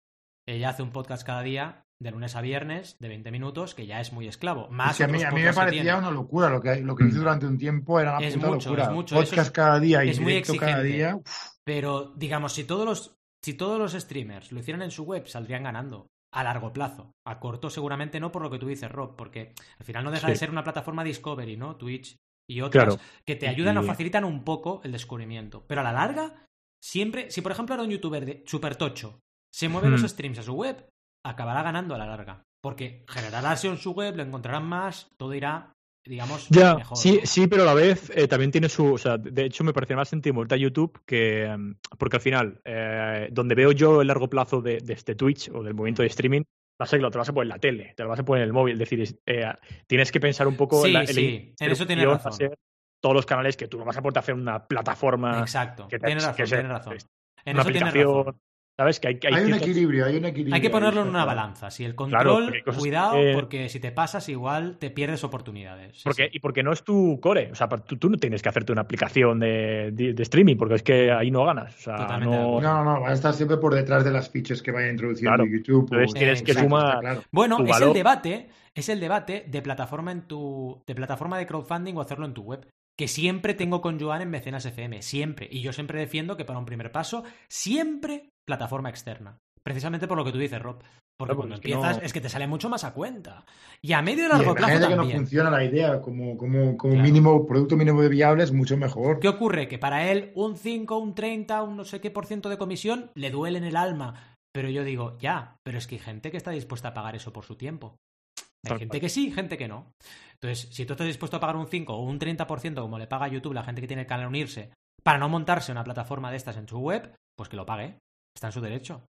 Ella hace un podcast cada día, de lunes a viernes, de veinte minutos, que ya es muy esclavo. Más Es que a mí, otros a mí me podcasts que parecía tiene. una locura lo que, lo que hice durante un tiempo, era una Es puta mucho, locura. es mucho, eso Podcast es- cada día y es muy directo cada exigente. día. Pero, digamos, si todos los si todos los streamers lo hicieran en su web, saldrían ganando. A largo plazo. A corto seguramente no, por lo que tú dices, Rob, porque al final no deja Sí. de ser una plataforma Discovery, ¿no? Twitch y otras Claro. que te ayudan Y- o facilitan un poco el descubrimiento. Pero a la larga, siempre, si por ejemplo ahora un youtuber de super tocho se mueve los Hmm. streams a su web, acabará ganando a la larga. Porque generará S E O en su web, lo encontrarán más, todo irá, digamos, Ya, mejor. sí, ¿no? sí, pero a la vez eh, también tiene su. O sea, de hecho, me parece más sentido moverte a YouTube que. mm, Porque al final, eh, donde veo yo el largo plazo de, de este Twitch o del movimiento de streaming, va a ser que lo te vas a poner en la tele, te lo vas a poner en el móvil. Es decir, es, eh, tienes que pensar un poco Sí, en la, en la sí, en eso tienes distribución, razón. va a ser todos los canales que tú no vas a poder hacer una plataforma. Exacto, que te- tienes que razón, sea- tienes razón. En una eso tienes aplicación. razón. ¿Sabes? Que hay, que hay Hay un ciertas- equilibrio, hay un equilibrio. Hay que ahí, ponerlo en está una claro. balanza. Si el Claro, control, porque hay cosas cuidado, que- porque si te pasas igual te pierdes oportunidades. Sí, Porque, sí. Y porque no es tu core. O sea, tú, tú no tienes que hacerte una aplicación de, de- de streaming, porque es que ahí no ganas. O sea, Totalmente de no. acuerdo. No, no, va a estar siempre por detrás de las fichas que vaya introduciendo Claro. YouTube. Entonces o- tienes que Exacto, sumar. está claro. Bueno, tu es valor. el debate, es el debate de plataforma en tu, de plataforma de crowdfunding o hacerlo en tu web. Que siempre tengo con Joan en Mecenas F M, siempre. Y yo siempre defiendo que para un primer paso, siempre plataforma externa. Precisamente por lo que tú dices, Rob. Porque Claro, cuando es que empiezas no- es que te sale mucho más a cuenta. Y a medio y Y largo plazo imagínate que no también. funciona la idea como, como, como Claro. mínimo, producto mínimo de viable es mucho mejor. ¿Qué ocurre? Que para él un cinco, un treinta, un no sé qué por ciento de comisión le duele en el alma. Pero yo digo, ya, pero es que hay gente que está dispuesta a pagar eso por su tiempo. Hay Tal gente cual. que sí, gente que no. Entonces, si tú estás dispuesto a pagar un cinco o un treinta por ciento como le paga a YouTube la gente que tiene el canal unirse para no montarse una plataforma de estas en su web, pues que lo pague. Está en su derecho.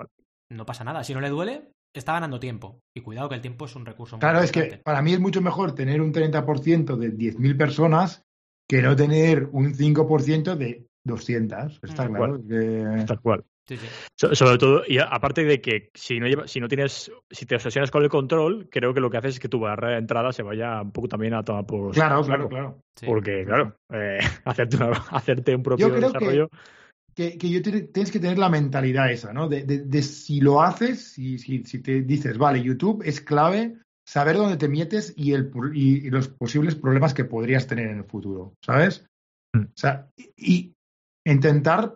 No pasa nada. Si no le duele, está ganando tiempo. Y cuidado que el tiempo es un recurso muy Claro, es que importante. para mí es mucho mejor tener un treinta por ciento de diez mil personas que no tener un cinco por ciento de doscientas. Está Mm. claro. que- Tal cual. Sí, sí. So- sobre todo, y a- aparte de que si no lleva, si no tienes, si te obsesionas con el control, creo que lo que haces es que tu barrera de entrada se vaya un poco también a tomar por Claro, saco. claro, claro. Sí. Porque, claro, eh, hacerte, una- hacerte un propio Yo creo que- desarrollo. Que, que yo te- tienes que tener la mentalidad esa, ¿no? De, de- de si lo haces, si, si, si te dices, vale, YouTube es clave saber dónde te metes y, el, y, y los posibles problemas que podrías tener en el futuro, ¿sabes? Mm. O sea, y, y intentar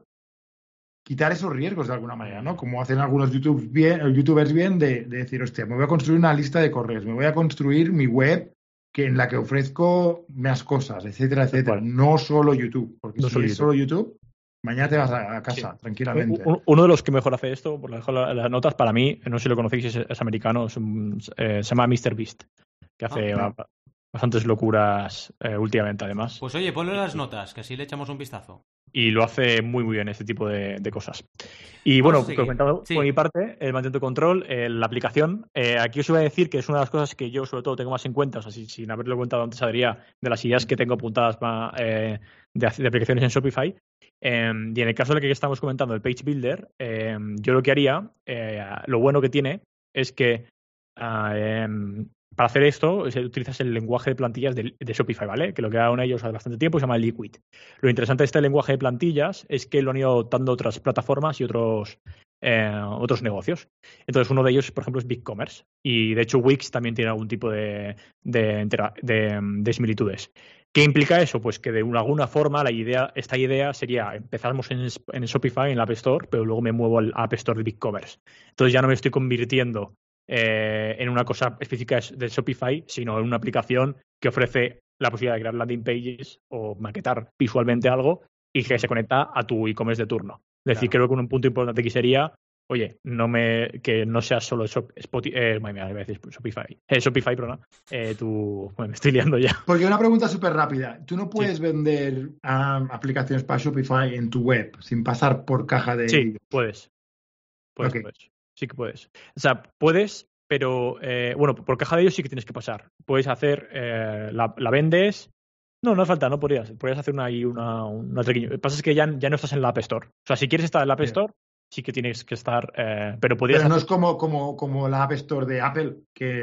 quitar esos riesgos de alguna manera, ¿no? Como hacen algunos YouTube bien, youtubers bien de, de decir, hostia, me voy a construir una lista de correos, me voy a construir mi web que en la que ofrezco más cosas, etcétera, etcétera. Bueno. No solo YouTube, porque No si solo es YouTube. solo YouTube, mañana te vas a, a casa, Sí. tranquilamente. Un- Uno de los que mejor hace esto, por dejar la- las notas, para mí, no sé si lo conocéis, es, es americano, es un- eh, se llama míster Beast, que hace Ah, no. ba- bastantes locuras eh, últimamente, además. Pues oye, ponlo en las notas, que así le echamos un vistazo. Y lo hace muy, muy bien, este tipo de, de cosas. Y bueno, Vamos a seguir. comentado Sí. por mi parte, el Mantento Control, eh, la aplicación. Eh, aquí os iba a decir que es una de las cosas que yo, sobre todo, tengo más en cuenta. O sea, si- sin haberlo contado antes, Adrián, de las ideas que tengo apuntadas más, eh, de, de aplicaciones en Shopify. Eh, y en el caso de que estamos comentando, el Page Builder, eh, yo lo que haría, eh, lo bueno que tiene es que ah, em, para hacer esto es- utilizas el lenguaje de plantillas de, de Shopify, ¿vale? Que lo que hagan ellos hace bastante tiempo se llama Liquid. Lo interesante de este lenguaje de plantillas es que lo han ido adoptando otras plataformas y otros, eh, otros negocios. Entonces, uno de ellos, por ejemplo, es BigCommerce. Y de hecho, Wix también tiene algún tipo de, de, intera- de, de similitudes. ¿Qué implica eso? Pues que de una- alguna forma la idea, esta idea sería empezamos en, en Shopify, en la App Store, pero luego me muevo al App Store de BigCommerce. Entonces ya no me estoy convirtiendo eh, en una cosa específica de Shopify, sino en una aplicación que ofrece la posibilidad de crear landing pages o maquetar visualmente algo y que se conecta a tu e-commerce de turno. Es decir, Claro. creo que un punto importante aquí sería, oye, no me que no sea solo Shop, Spotify, eh, madre mía, iba a decir Shopify, eh, Shopify, perdón, eh, tu, bueno, me estoy liando ya. Porque una pregunta súper rápida. ¿Tú no puedes vender um, aplicaciones para Shopify en tu web sin pasar por caja de... Sí, puedes. Puedes, Ok. puedes. Sí que puedes. O sea, puedes, pero eh, bueno, por caja de ellos sí que tienes que pasar. Puedes hacer, eh, la, la vendes. No, no hace falta, no podrías. Podrías hacer una ahí una, una trequillo. Lo que pasa es que ya, ya no estás en la App Store. O sea, si quieres estar en la App Bien. Store, sí que tienes que estar. Eh, pero podrías Pero no hacer- es como, como, como la App Store de Apple,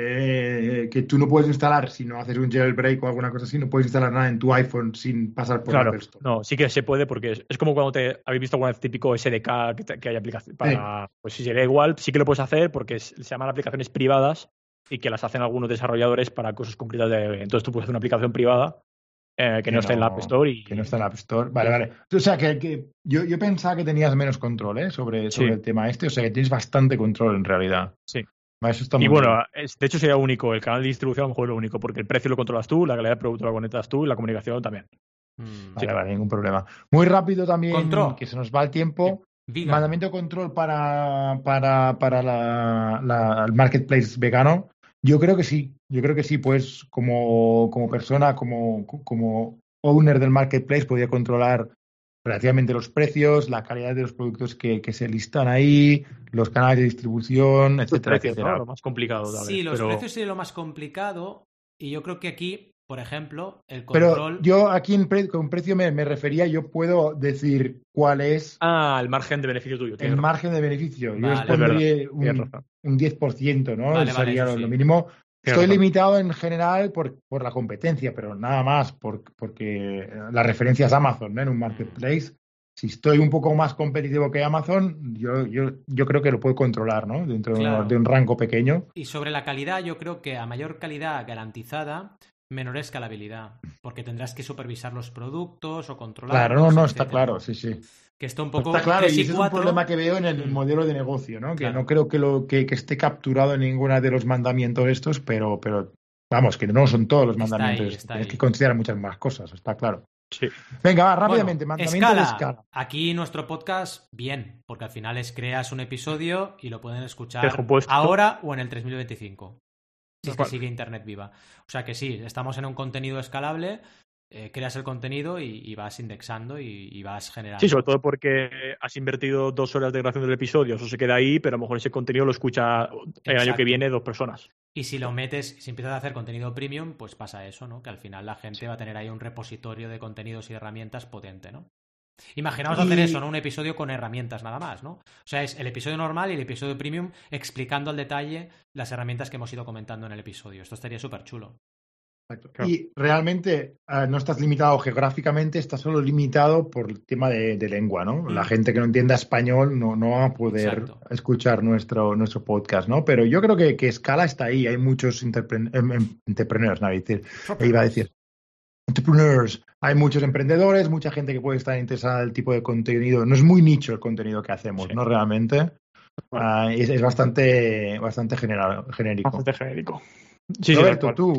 que, que tú no puedes instalar si no haces un jailbreak o alguna cosa así, no puedes instalar nada en tu iPhone sin pasar por la Claro, App Store. no, sí que se puede porque es, es como cuando te habéis visto alguna vez típico S D K que, te- que hay aplicación para. Pues si sería igual, sí que lo puedes hacer porque es- se llaman aplicaciones privadas y que las hacen algunos desarrolladores para cosas concretas de. Entonces tú puedes hacer una aplicación privada eh, que, no está en la App Store y. Que no está en la App Store. Vale, vale. O sea, que, que yo, yo pensaba que tenías menos control ¿eh? sobre, sobre Sí. el tema este. O sea, que tienes bastante control en realidad. Sí. Vale, eso está Y muy bueno, bien. es- de hecho sería único. El canal de distribución a lo mejor es lo único porque el precio lo controlas tú, la calidad del producto la conectas tú y la comunicación también. Mm. Vale, vale, ningún problema. Muy rápido también, Control. que se nos va el tiempo. Vegan. Mandamiento de control para, para, para la, la- el marketplace vegano. Yo creo que sí, yo creo que sí, pues como, como persona, como, como owner del marketplace, podía controlar relativamente los precios, la calidad de los productos que, que se listan ahí, los canales de distribución, Los etcétera, precios, etcétera. ¿no? Lo más complicado tal Sí, vez, los pero- precios sería lo más complicado y yo creo que aquí, por ejemplo, el Pero control... yo aquí en pre- con precio me, me refería, yo puedo decir cuál es Ah, el margen de beneficio tuyo. el tienes razón. margen de beneficio. Yo Vale. os Es pondría tienes un, razón. un diez por ciento, ¿no? Vale, vale, Sería eso lo, sí. lo mínimo. Tienes Estoy razón. limitado en general por, por la competencia, pero nada más, por- porque la referencia es Amazon, ¿no? En un marketplace. Si estoy un poco más competitivo que Amazon, yo, yo, yo creo que lo puedo controlar, ¿no? Dentro de un- Claro. de un rango pequeño. Y sobre la calidad, yo creo que a mayor calidad garantizada, menor escalabilidad, porque tendrás que supervisar los productos o controlarlos. Claro, no, no, está etcétera. claro, sí, sí. Que está un poco... Está claro, tres y ese es un cuatro. problema que veo en el Mm. modelo de negocio, ¿no? Que Claro. no creo que, lo, que, que esté capturado en ninguna de los mandamientos estos, pero, pero vamos, que no son todos los Está mandamientos. ahí, está Tienes ahí. que considerar muchas más cosas, está claro. Sí. Venga, va, rápidamente, Bueno, mandamiento escala. de escala. Aquí nuestro podcast, bien, porque al final es creas un episodio y lo pueden escuchar Descompuesto. ahora o en el tres mil veinticinco. Si es que Tal cual. sigue Internet viva. O sea que sí, estamos en un contenido escalable, eh, creas el contenido y, y vas indexando y, y vas generando. Sí, sobre todo porque has invertido dos horas de grabación del episodio, eso se queda ahí, pero a lo mejor ese contenido lo escucha el año Exacto. que viene dos personas. Y si lo metes, si empiezas a hacer contenido premium, pues pasa eso, ¿no? Que al final la gente va a tener ahí un repositorio de contenidos y herramientas potente, ¿no? Imaginaos hacer Y- eso, ¿no? Un episodio con herramientas nada más, ¿no? O sea, es el episodio normal y el episodio premium explicando al detalle las herramientas que hemos ido comentando en el episodio. Esto estaría súper chulo. Exacto. Claro. Y realmente eh, no estás limitado geográficamente, estás solo limitado por el tema de, de lengua, ¿no? La Mm. gente que no entienda español no, no va a poder Exacto. escuchar nuestro, nuestro podcast, ¿no? Pero yo creo que, que escala está ahí, hay muchos interpre- em- em- entrepreneurs, ¿no? Iba a decir, iba a decir. Entrepreneurs. Hay muchos emprendedores, mucha gente que puede estar interesada en el tipo de contenido. No es muy nicho el contenido que hacemos, Sí. ¿no? Realmente. Ah, es, es bastante, bastante general, genérico. Bastante genérico. Sí, sí, Roberto, tal cual. tú,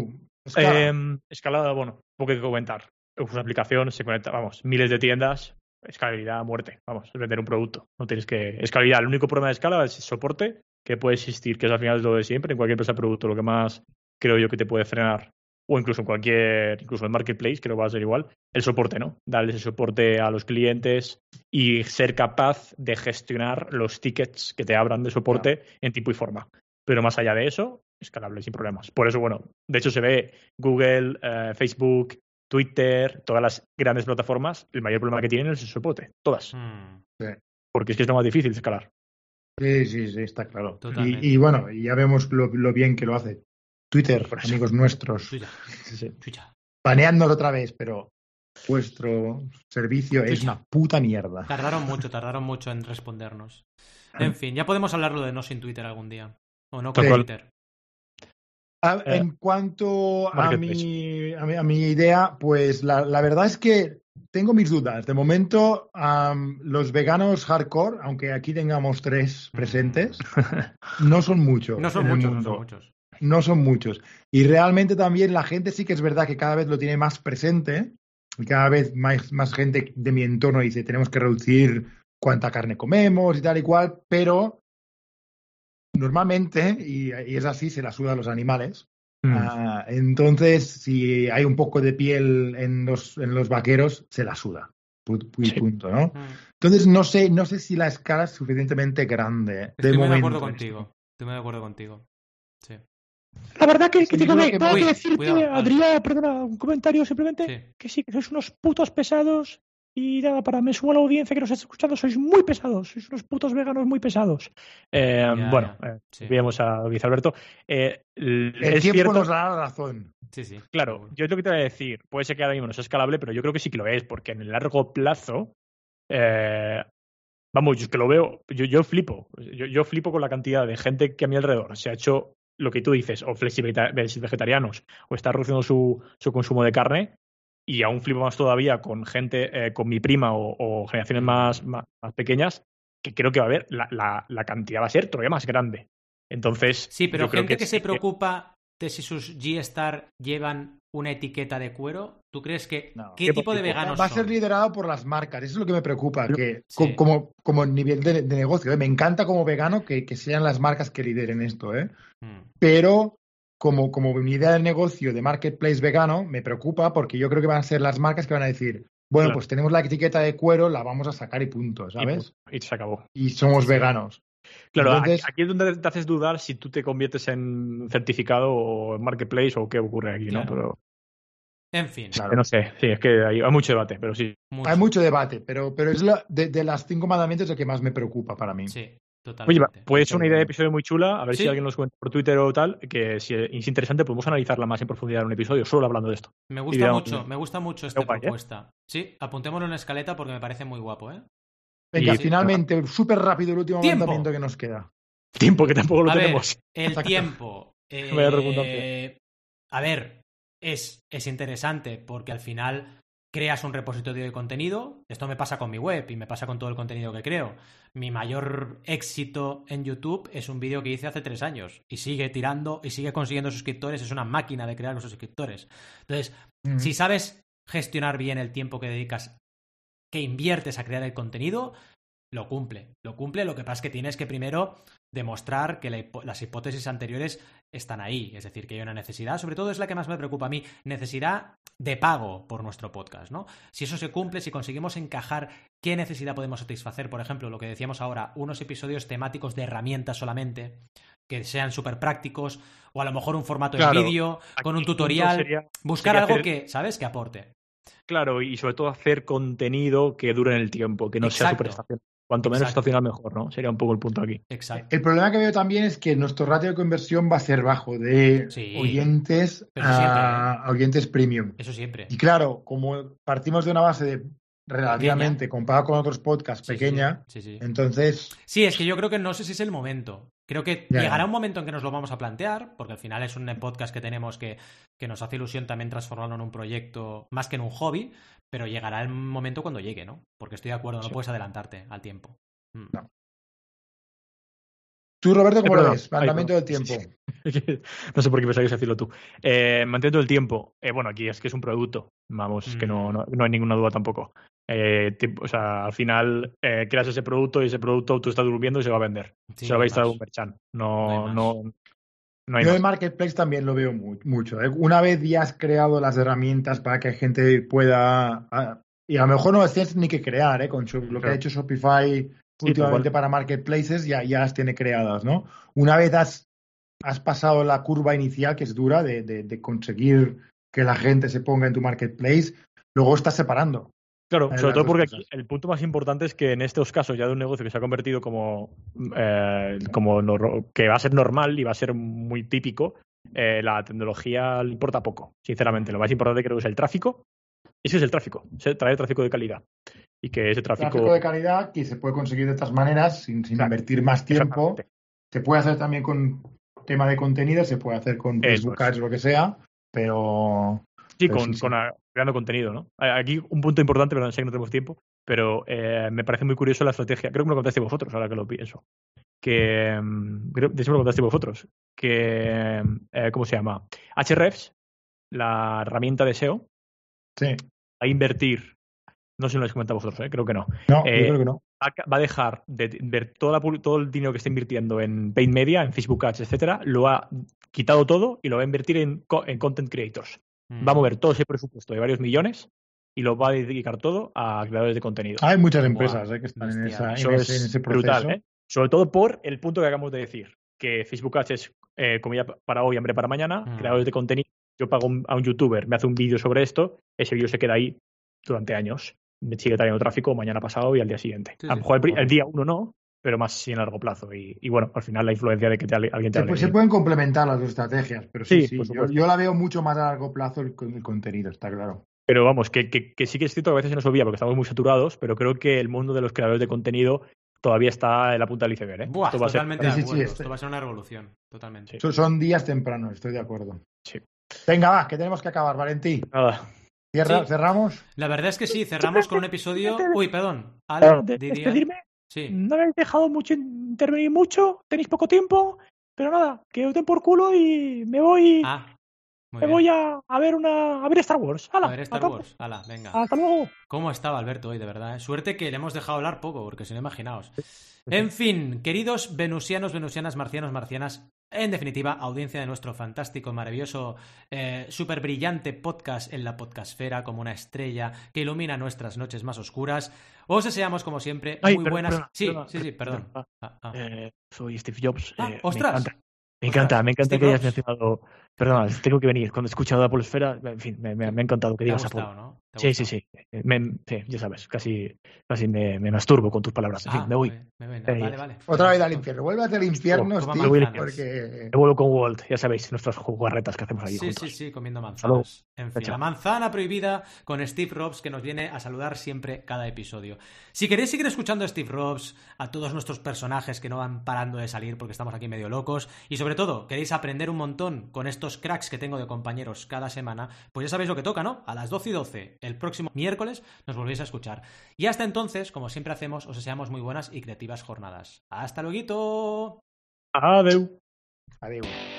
Escala. Eh, escalada, bueno, poco que comentar. Es una aplicación, se conecta, vamos, miles de tiendas, escalabilidad a muerte. Vamos, es vender un producto. No tienes que. Escalabilidad, el único problema de escala es el soporte que puede existir, que es al final lo de siempre, en cualquier empresa de producto, lo que más creo yo que te puede frenar, o incluso en cualquier, incluso en Marketplace, creo que va a ser igual, el soporte, ¿no? Darles el soporte a los clientes y ser capaz de gestionar los tickets que te abran de soporte Claro. en tiempo y forma. Pero más allá de eso, escalable sin problemas. Por eso, bueno, de hecho se ve Google, eh, Facebook, Twitter, todas las grandes plataformas, el mayor problema que tienen es el soporte. Todas. Mm, Porque es que es lo más difícil de escalar. Sí, sí, sí, está claro. Totalmente. Y, y bueno, y ya vemos lo, lo bien que lo hace Twitter, Por eso. amigos nuestros. chucha, Sí, sí. chucha. Baneándonos otra vez, pero vuestro servicio es Chucha. una puta mierda. Tardaron mucho, tardaron mucho en respondernos. En fin, ya podemos hablarlo de no sin Twitter algún día. O no con Sí. Twitter. A- Eh, en cuanto a Marketplace. mi, a mi, a mi idea, pues la, la verdad es que tengo mis dudas. De momento, am, los veganos hardcore, aunque aquí tengamos tres presentes, no son muchos No son en el muchos, no mundo. son muchos. No son muchos. Y realmente también la gente sí que es verdad que cada vez lo tiene más presente y cada vez más, más gente de mi entorno dice tenemos que reducir cuánta carne comemos y tal y cual, pero normalmente, y, y es así, se la suda a los animales. Mm. Ah, entonces, si hay un poco de piel en los, en los vaqueros, se la suda. Pu- pu- Sí. Punto, ¿no? Mm. Entonces, no sé, no sé si la escala es suficientemente grande. Estoy de muy de momento. acuerdo contigo. Estoy muy de acuerdo contigo. Sí. La verdad que, Sí, que tengo, yo creo que, que tengo voy. que decirte, Cuidado, Alex. Adrián, perdona, un comentario simplemente, Sí. que sí, que sois unos putos pesados y nada, para me sumo a la audiencia que nos está escuchando, sois muy pesados, sois unos putos veganos muy pesados. Eh, Ya, bueno, ya. eh, Sí. volvemos a lo que dice Alberto. Eh, l- El es tiempo cierto, nos dará la razón. Sí, sí. claro, yo es lo que te voy a decir. Puede ser que ahora mismo no sea escalable, pero yo creo que sí que lo es, porque en el largo plazo, eh, vamos, yo es que lo veo, yo, yo flipo. Yo, yo flipo con la cantidad de gente que a mi alrededor se ha hecho lo que tú dices, o flexivita- vegetarianos, o está reduciendo su, su consumo de carne, y aún flipo más todavía con gente, eh, con mi prima o, o generaciones Mm. más, más, más pequeñas, que creo que va a haber, la, la, la cantidad va a ser todavía más grande. Entonces, Sí, pero yo creo gente que, sí se preocupa de si sus G-Star llevan una etiqueta de cuero, ¿tú crees que No. qué ¿Qué tipo de tipo? veganos Va a son? ser liderado por las marcas. Eso es lo que me preocupa. Yo- Que Sí. co- como, como nivel de, de negocio, ¿eh? Me encanta como vegano que, que sean las marcas que lideren esto, ¿eh? Mm. Pero como, como mi idea de negocio de marketplace vegano, me preocupa porque yo creo que van a ser las marcas que van a decir, bueno, Claro. pues tenemos la etiqueta de cuero, la vamos a sacar y punto, y, ¿sabes? y se acabó. Y somos Sí, sí. veganos. Claro, Entonces- aquí, aquí es donde te haces dudar si tú te conviertes en certificado o en marketplace o qué ocurre aquí, ¿no? Claro. Pero En fin, Claro. no sé, sí, es que hay, hay mucho debate, pero sí. mucho. Hay mucho debate, pero, pero es la, de, de las cinco mandamientos el que más me preocupa para mí. Sí, Oye, totalmente. puede ser una idea de episodio muy chula, a ver Sí. si alguien nos cuenta por Twitter o tal, que si es interesante podemos analizarla más en profundidad en un episodio, solo hablando de esto. Me Y gusta digamos, mucho, me gusta mucho esta guay, ¿eh? propuesta. Sí, apuntémoslo en la escaleta porque me parece muy guapo, ¿eh? Venga, Y- finalmente, súper rápido el último ¡Tiempo! mandamiento que nos queda. Tiempo que tampoco lo a tenemos. ver, el Exacto. tiempo. eh, Vaya redundancia. a ver, es, es interesante porque al final creas un repositorio de contenido. Esto me pasa con mi web y me pasa con todo el contenido que creo. Mi mayor éxito en YouTube es un vídeo que hice hace tres años y sigue tirando y sigue consiguiendo suscriptores. Es una máquina de crear los suscriptores. Entonces, Mm. si sabes gestionar bien el tiempo que dedicas, que inviertes a crear el contenido, lo cumple. Lo cumple. Lo que pasa es que tienes que primero demostrar que la hipo- las hipótesis anteriores están ahí. Es decir, que hay una necesidad. Sobre todo es la que más me preocupa a mí. Necesidad de pago por nuestro podcast, ¿no? Si eso se cumple, si conseguimos encajar qué necesidad podemos satisfacer, por ejemplo, lo que decíamos ahora, unos episodios temáticos de herramientas solamente, que sean súper prácticos, o a lo mejor un formato Claro, en vídeo, con Aquí un el punto tutorial, sería- buscar sería algo hacer- que, ¿sabes?, que aporte. Claro, y sobre todo hacer contenido que dure en el tiempo, que no sea Exacto. súper estacional. Cuanto menos Exacto. estacional, mejor, ¿no? Sería un poco el punto aquí. Exacto. El problema que veo también es que nuestro ratio de conversión va a ser bajo de Sí. oyentes Pero siempre, a oyentes premium. Eso siempre. Y claro, como partimos de una base de relativamente, comparado con otros podcasts, Sí, sí, pequeña, sí, sí. entonces, Sí, es que yo creo que no sé si es el momento. Creo que Ya, llegará ya. un momento en que nos lo vamos a plantear, porque al final es un podcast que tenemos que, que nos hace ilusión también transformarlo en un proyecto más que en un hobby, pero llegará el momento cuando llegue, ¿no? Porque estoy de acuerdo, no Sí. puedes adelantarte al tiempo. Mm. No. tú, Roberto, ¿cómo Eh, lo perdón. ves? Ay, Mandamiento perdón. del tiempo. No sé por qué pensaba que ibas a decirlo tú. Eh, manteniendo el tiempo. Eh, bueno, aquí es que es un producto. Vamos, es que no, no, no hay ninguna duda tampoco. Eh, tiempo, o sea, al final eh, creas ese producto y ese producto tú estás durmiendo y se va a vender. Sí, se lo va a instalar más. un merchant. No hay No, más. no, no hay Yo más. el marketplace también lo veo mu- mucho. ¿eh? Una vez ya has creado las herramientas para que gente pueda... ah, y a lo mejor no las tienes ni que crear, ¿eh? Con Shop- lo que Claro. ha hecho Shopify Sí, últimamente tal cual. para marketplaces ya, ya las tiene creadas, ¿no? Una vez has, has pasado la curva inicial, que es dura, de, de, de conseguir que la gente se ponga en tu marketplace, luego estás separando. Claro, eh, sobre las todo dos porque cosas. aquí el punto más importante es que en estos casos ya de un negocio que se ha convertido como, eh, como nor- que va a ser normal y va a ser muy típico, eh, la tecnología le importa poco, sinceramente. Lo más importante creo que es el tráfico. Ese es el tráfico, es traer tráfico de calidad. Y que ese tráfico... Tráfico de calidad que se puede conseguir de estas maneras sin, sin Exacto, invertir más tiempo. exactamente. Se puede hacer también con tema de contenido, se puede hacer con Eso Facebook es. Ads o lo que sea, pero... Sí, pero con, sí, con sí. a- creando contenido, ¿no? A- Aquí un punto importante, pero sé que no tenemos tiempo, pero eh, me parece muy curioso la estrategia. Creo que me lo contaste vosotros, ahora que lo pienso. Que, mm, creo, de hecho me lo contaste vosotros. Que, eh, ¿cómo se llama? Ahrefs, la herramienta de S E O, Sí. va a invertir, no sé si lo habéis comentado vosotros, ¿eh? Creo que no. No, Eh, yo creo que no. va a- va a dejar de ver toda la pu- todo el dinero que está invirtiendo en paid media, en Facebook Ads, etcétera, lo ha quitado todo y lo va a invertir en, co- en content creators. Va a mover todo ese presupuesto de varios millones y lo va a dedicar todo a creadores de contenido. Hay muchas Buah, empresas eh, que están en, bestial. esa, Eso en, ese, es en ese proceso. brutal, ¿eh? Sobre todo por el punto que acabamos de decir, que Facebook Ads es eh, comida para hoy, hambre para mañana, Mm. creadores de contenido. Yo pago un- a un youtuber, me hace un vídeo sobre esto, ese vídeo se queda ahí durante años. Me sigue trayendo tráfico mañana pasado y al día siguiente. Sí, a lo sí, mejor el, pri- correcto. el día uno no, pero más sí en largo plazo. Y, y bueno, al final la influencia de que te, alguien te Se, hable pu- se bien. pueden complementar las dos estrategias, pero sí, Sí, sí. por Yo, supuesto. yo la veo mucho más a largo plazo el, con- el contenido, está claro. Pero vamos, que, que, que sí que es cierto que a veces se nos olvida porque estamos muy saturados, pero creo que el mundo de los creadores de contenido todavía está en la punta del iceberg, ¿eh? Buah, Esto va a ser- totalmente Sí, de sí, sí, acuerdo. este- Esto va a ser una revolución. Totalmente. Sí. Son, son días tempranos, estoy de acuerdo. Sí. Venga, va, que tenemos que acabar, Valentí. Nada. Cierra, Sí. ¿Cerramos? La verdad es que sí, cerramos con un episodio. Uy, perdón. De, Al de- diría. despedirme. Sí. No me habéis dejado mucho intervenir mucho, tenéis poco tiempo, pero nada, que os den por culo y me voy, Ah, muy me bien. voy a, a ver una a ver Star Wars. ¡Hala! A ver Star a tope. Wars. Hala, venga. Hasta luego. ¿Cómo estaba Alberto hoy, de verdad? eh? Suerte que le hemos dejado hablar poco, porque si no, imaginaos. En fin, queridos venusianos, venusianas, marcianos, marcianas, en definitiva, audiencia de nuestro fantástico, maravilloso, eh, súper brillante podcast en la podcastfera, como una estrella que ilumina nuestras noches más oscuras. Os deseamos, como siempre, Ay, muy perdón, buenas... perdona, sí, perdona, sí, sí, perdón. perdona. Ah, ah. Eh, soy Steve Jobs. Ah, eh, ¡ostras! Me encanta, me Ostras, encanta, me encanta Steve que hayas Jobs. mencionado. Perdona, tengo que venir. Cuando he escuchado la Polesfera, en fin, me, me- me ha encantado que Te ha digas Apple. gustado, ¿no? ¿Te ha Sí, sí, gustado? sí. Me- sí, ya sabes, casi, casi me, me masturbo con tus palabras. En fin, Ah, me voy. muy bien, muy bien. Eh, Vale, vale. Otra vez al infierno. Vuélvete al infierno, Coma Steve, manzanas. porque... Me vuelvo con Walt, ya sabéis, nuestras jugarretas que hacemos ahí Sí, juntos. sí, sí, comiendo Hasta luego. manzanas. En fin, Chao. la manzana prohibida con Steve Robs, que nos viene a saludar siempre cada episodio. Si queréis seguir escuchando a Steve Robs, a todos nuestros personajes que no van parando de salir porque estamos aquí medio locos, y sobre todo queréis aprender un montón con estos cracks que tengo de compañeros cada semana, pues ya sabéis lo que toca, ¿no? A las doce y doce, el próximo miércoles, nos volvéis a escuchar. Y hasta entonces, como siempre hacemos, os deseamos muy buenas y creativas jornadas. ¡Hasta luego! Adeu. Adiós.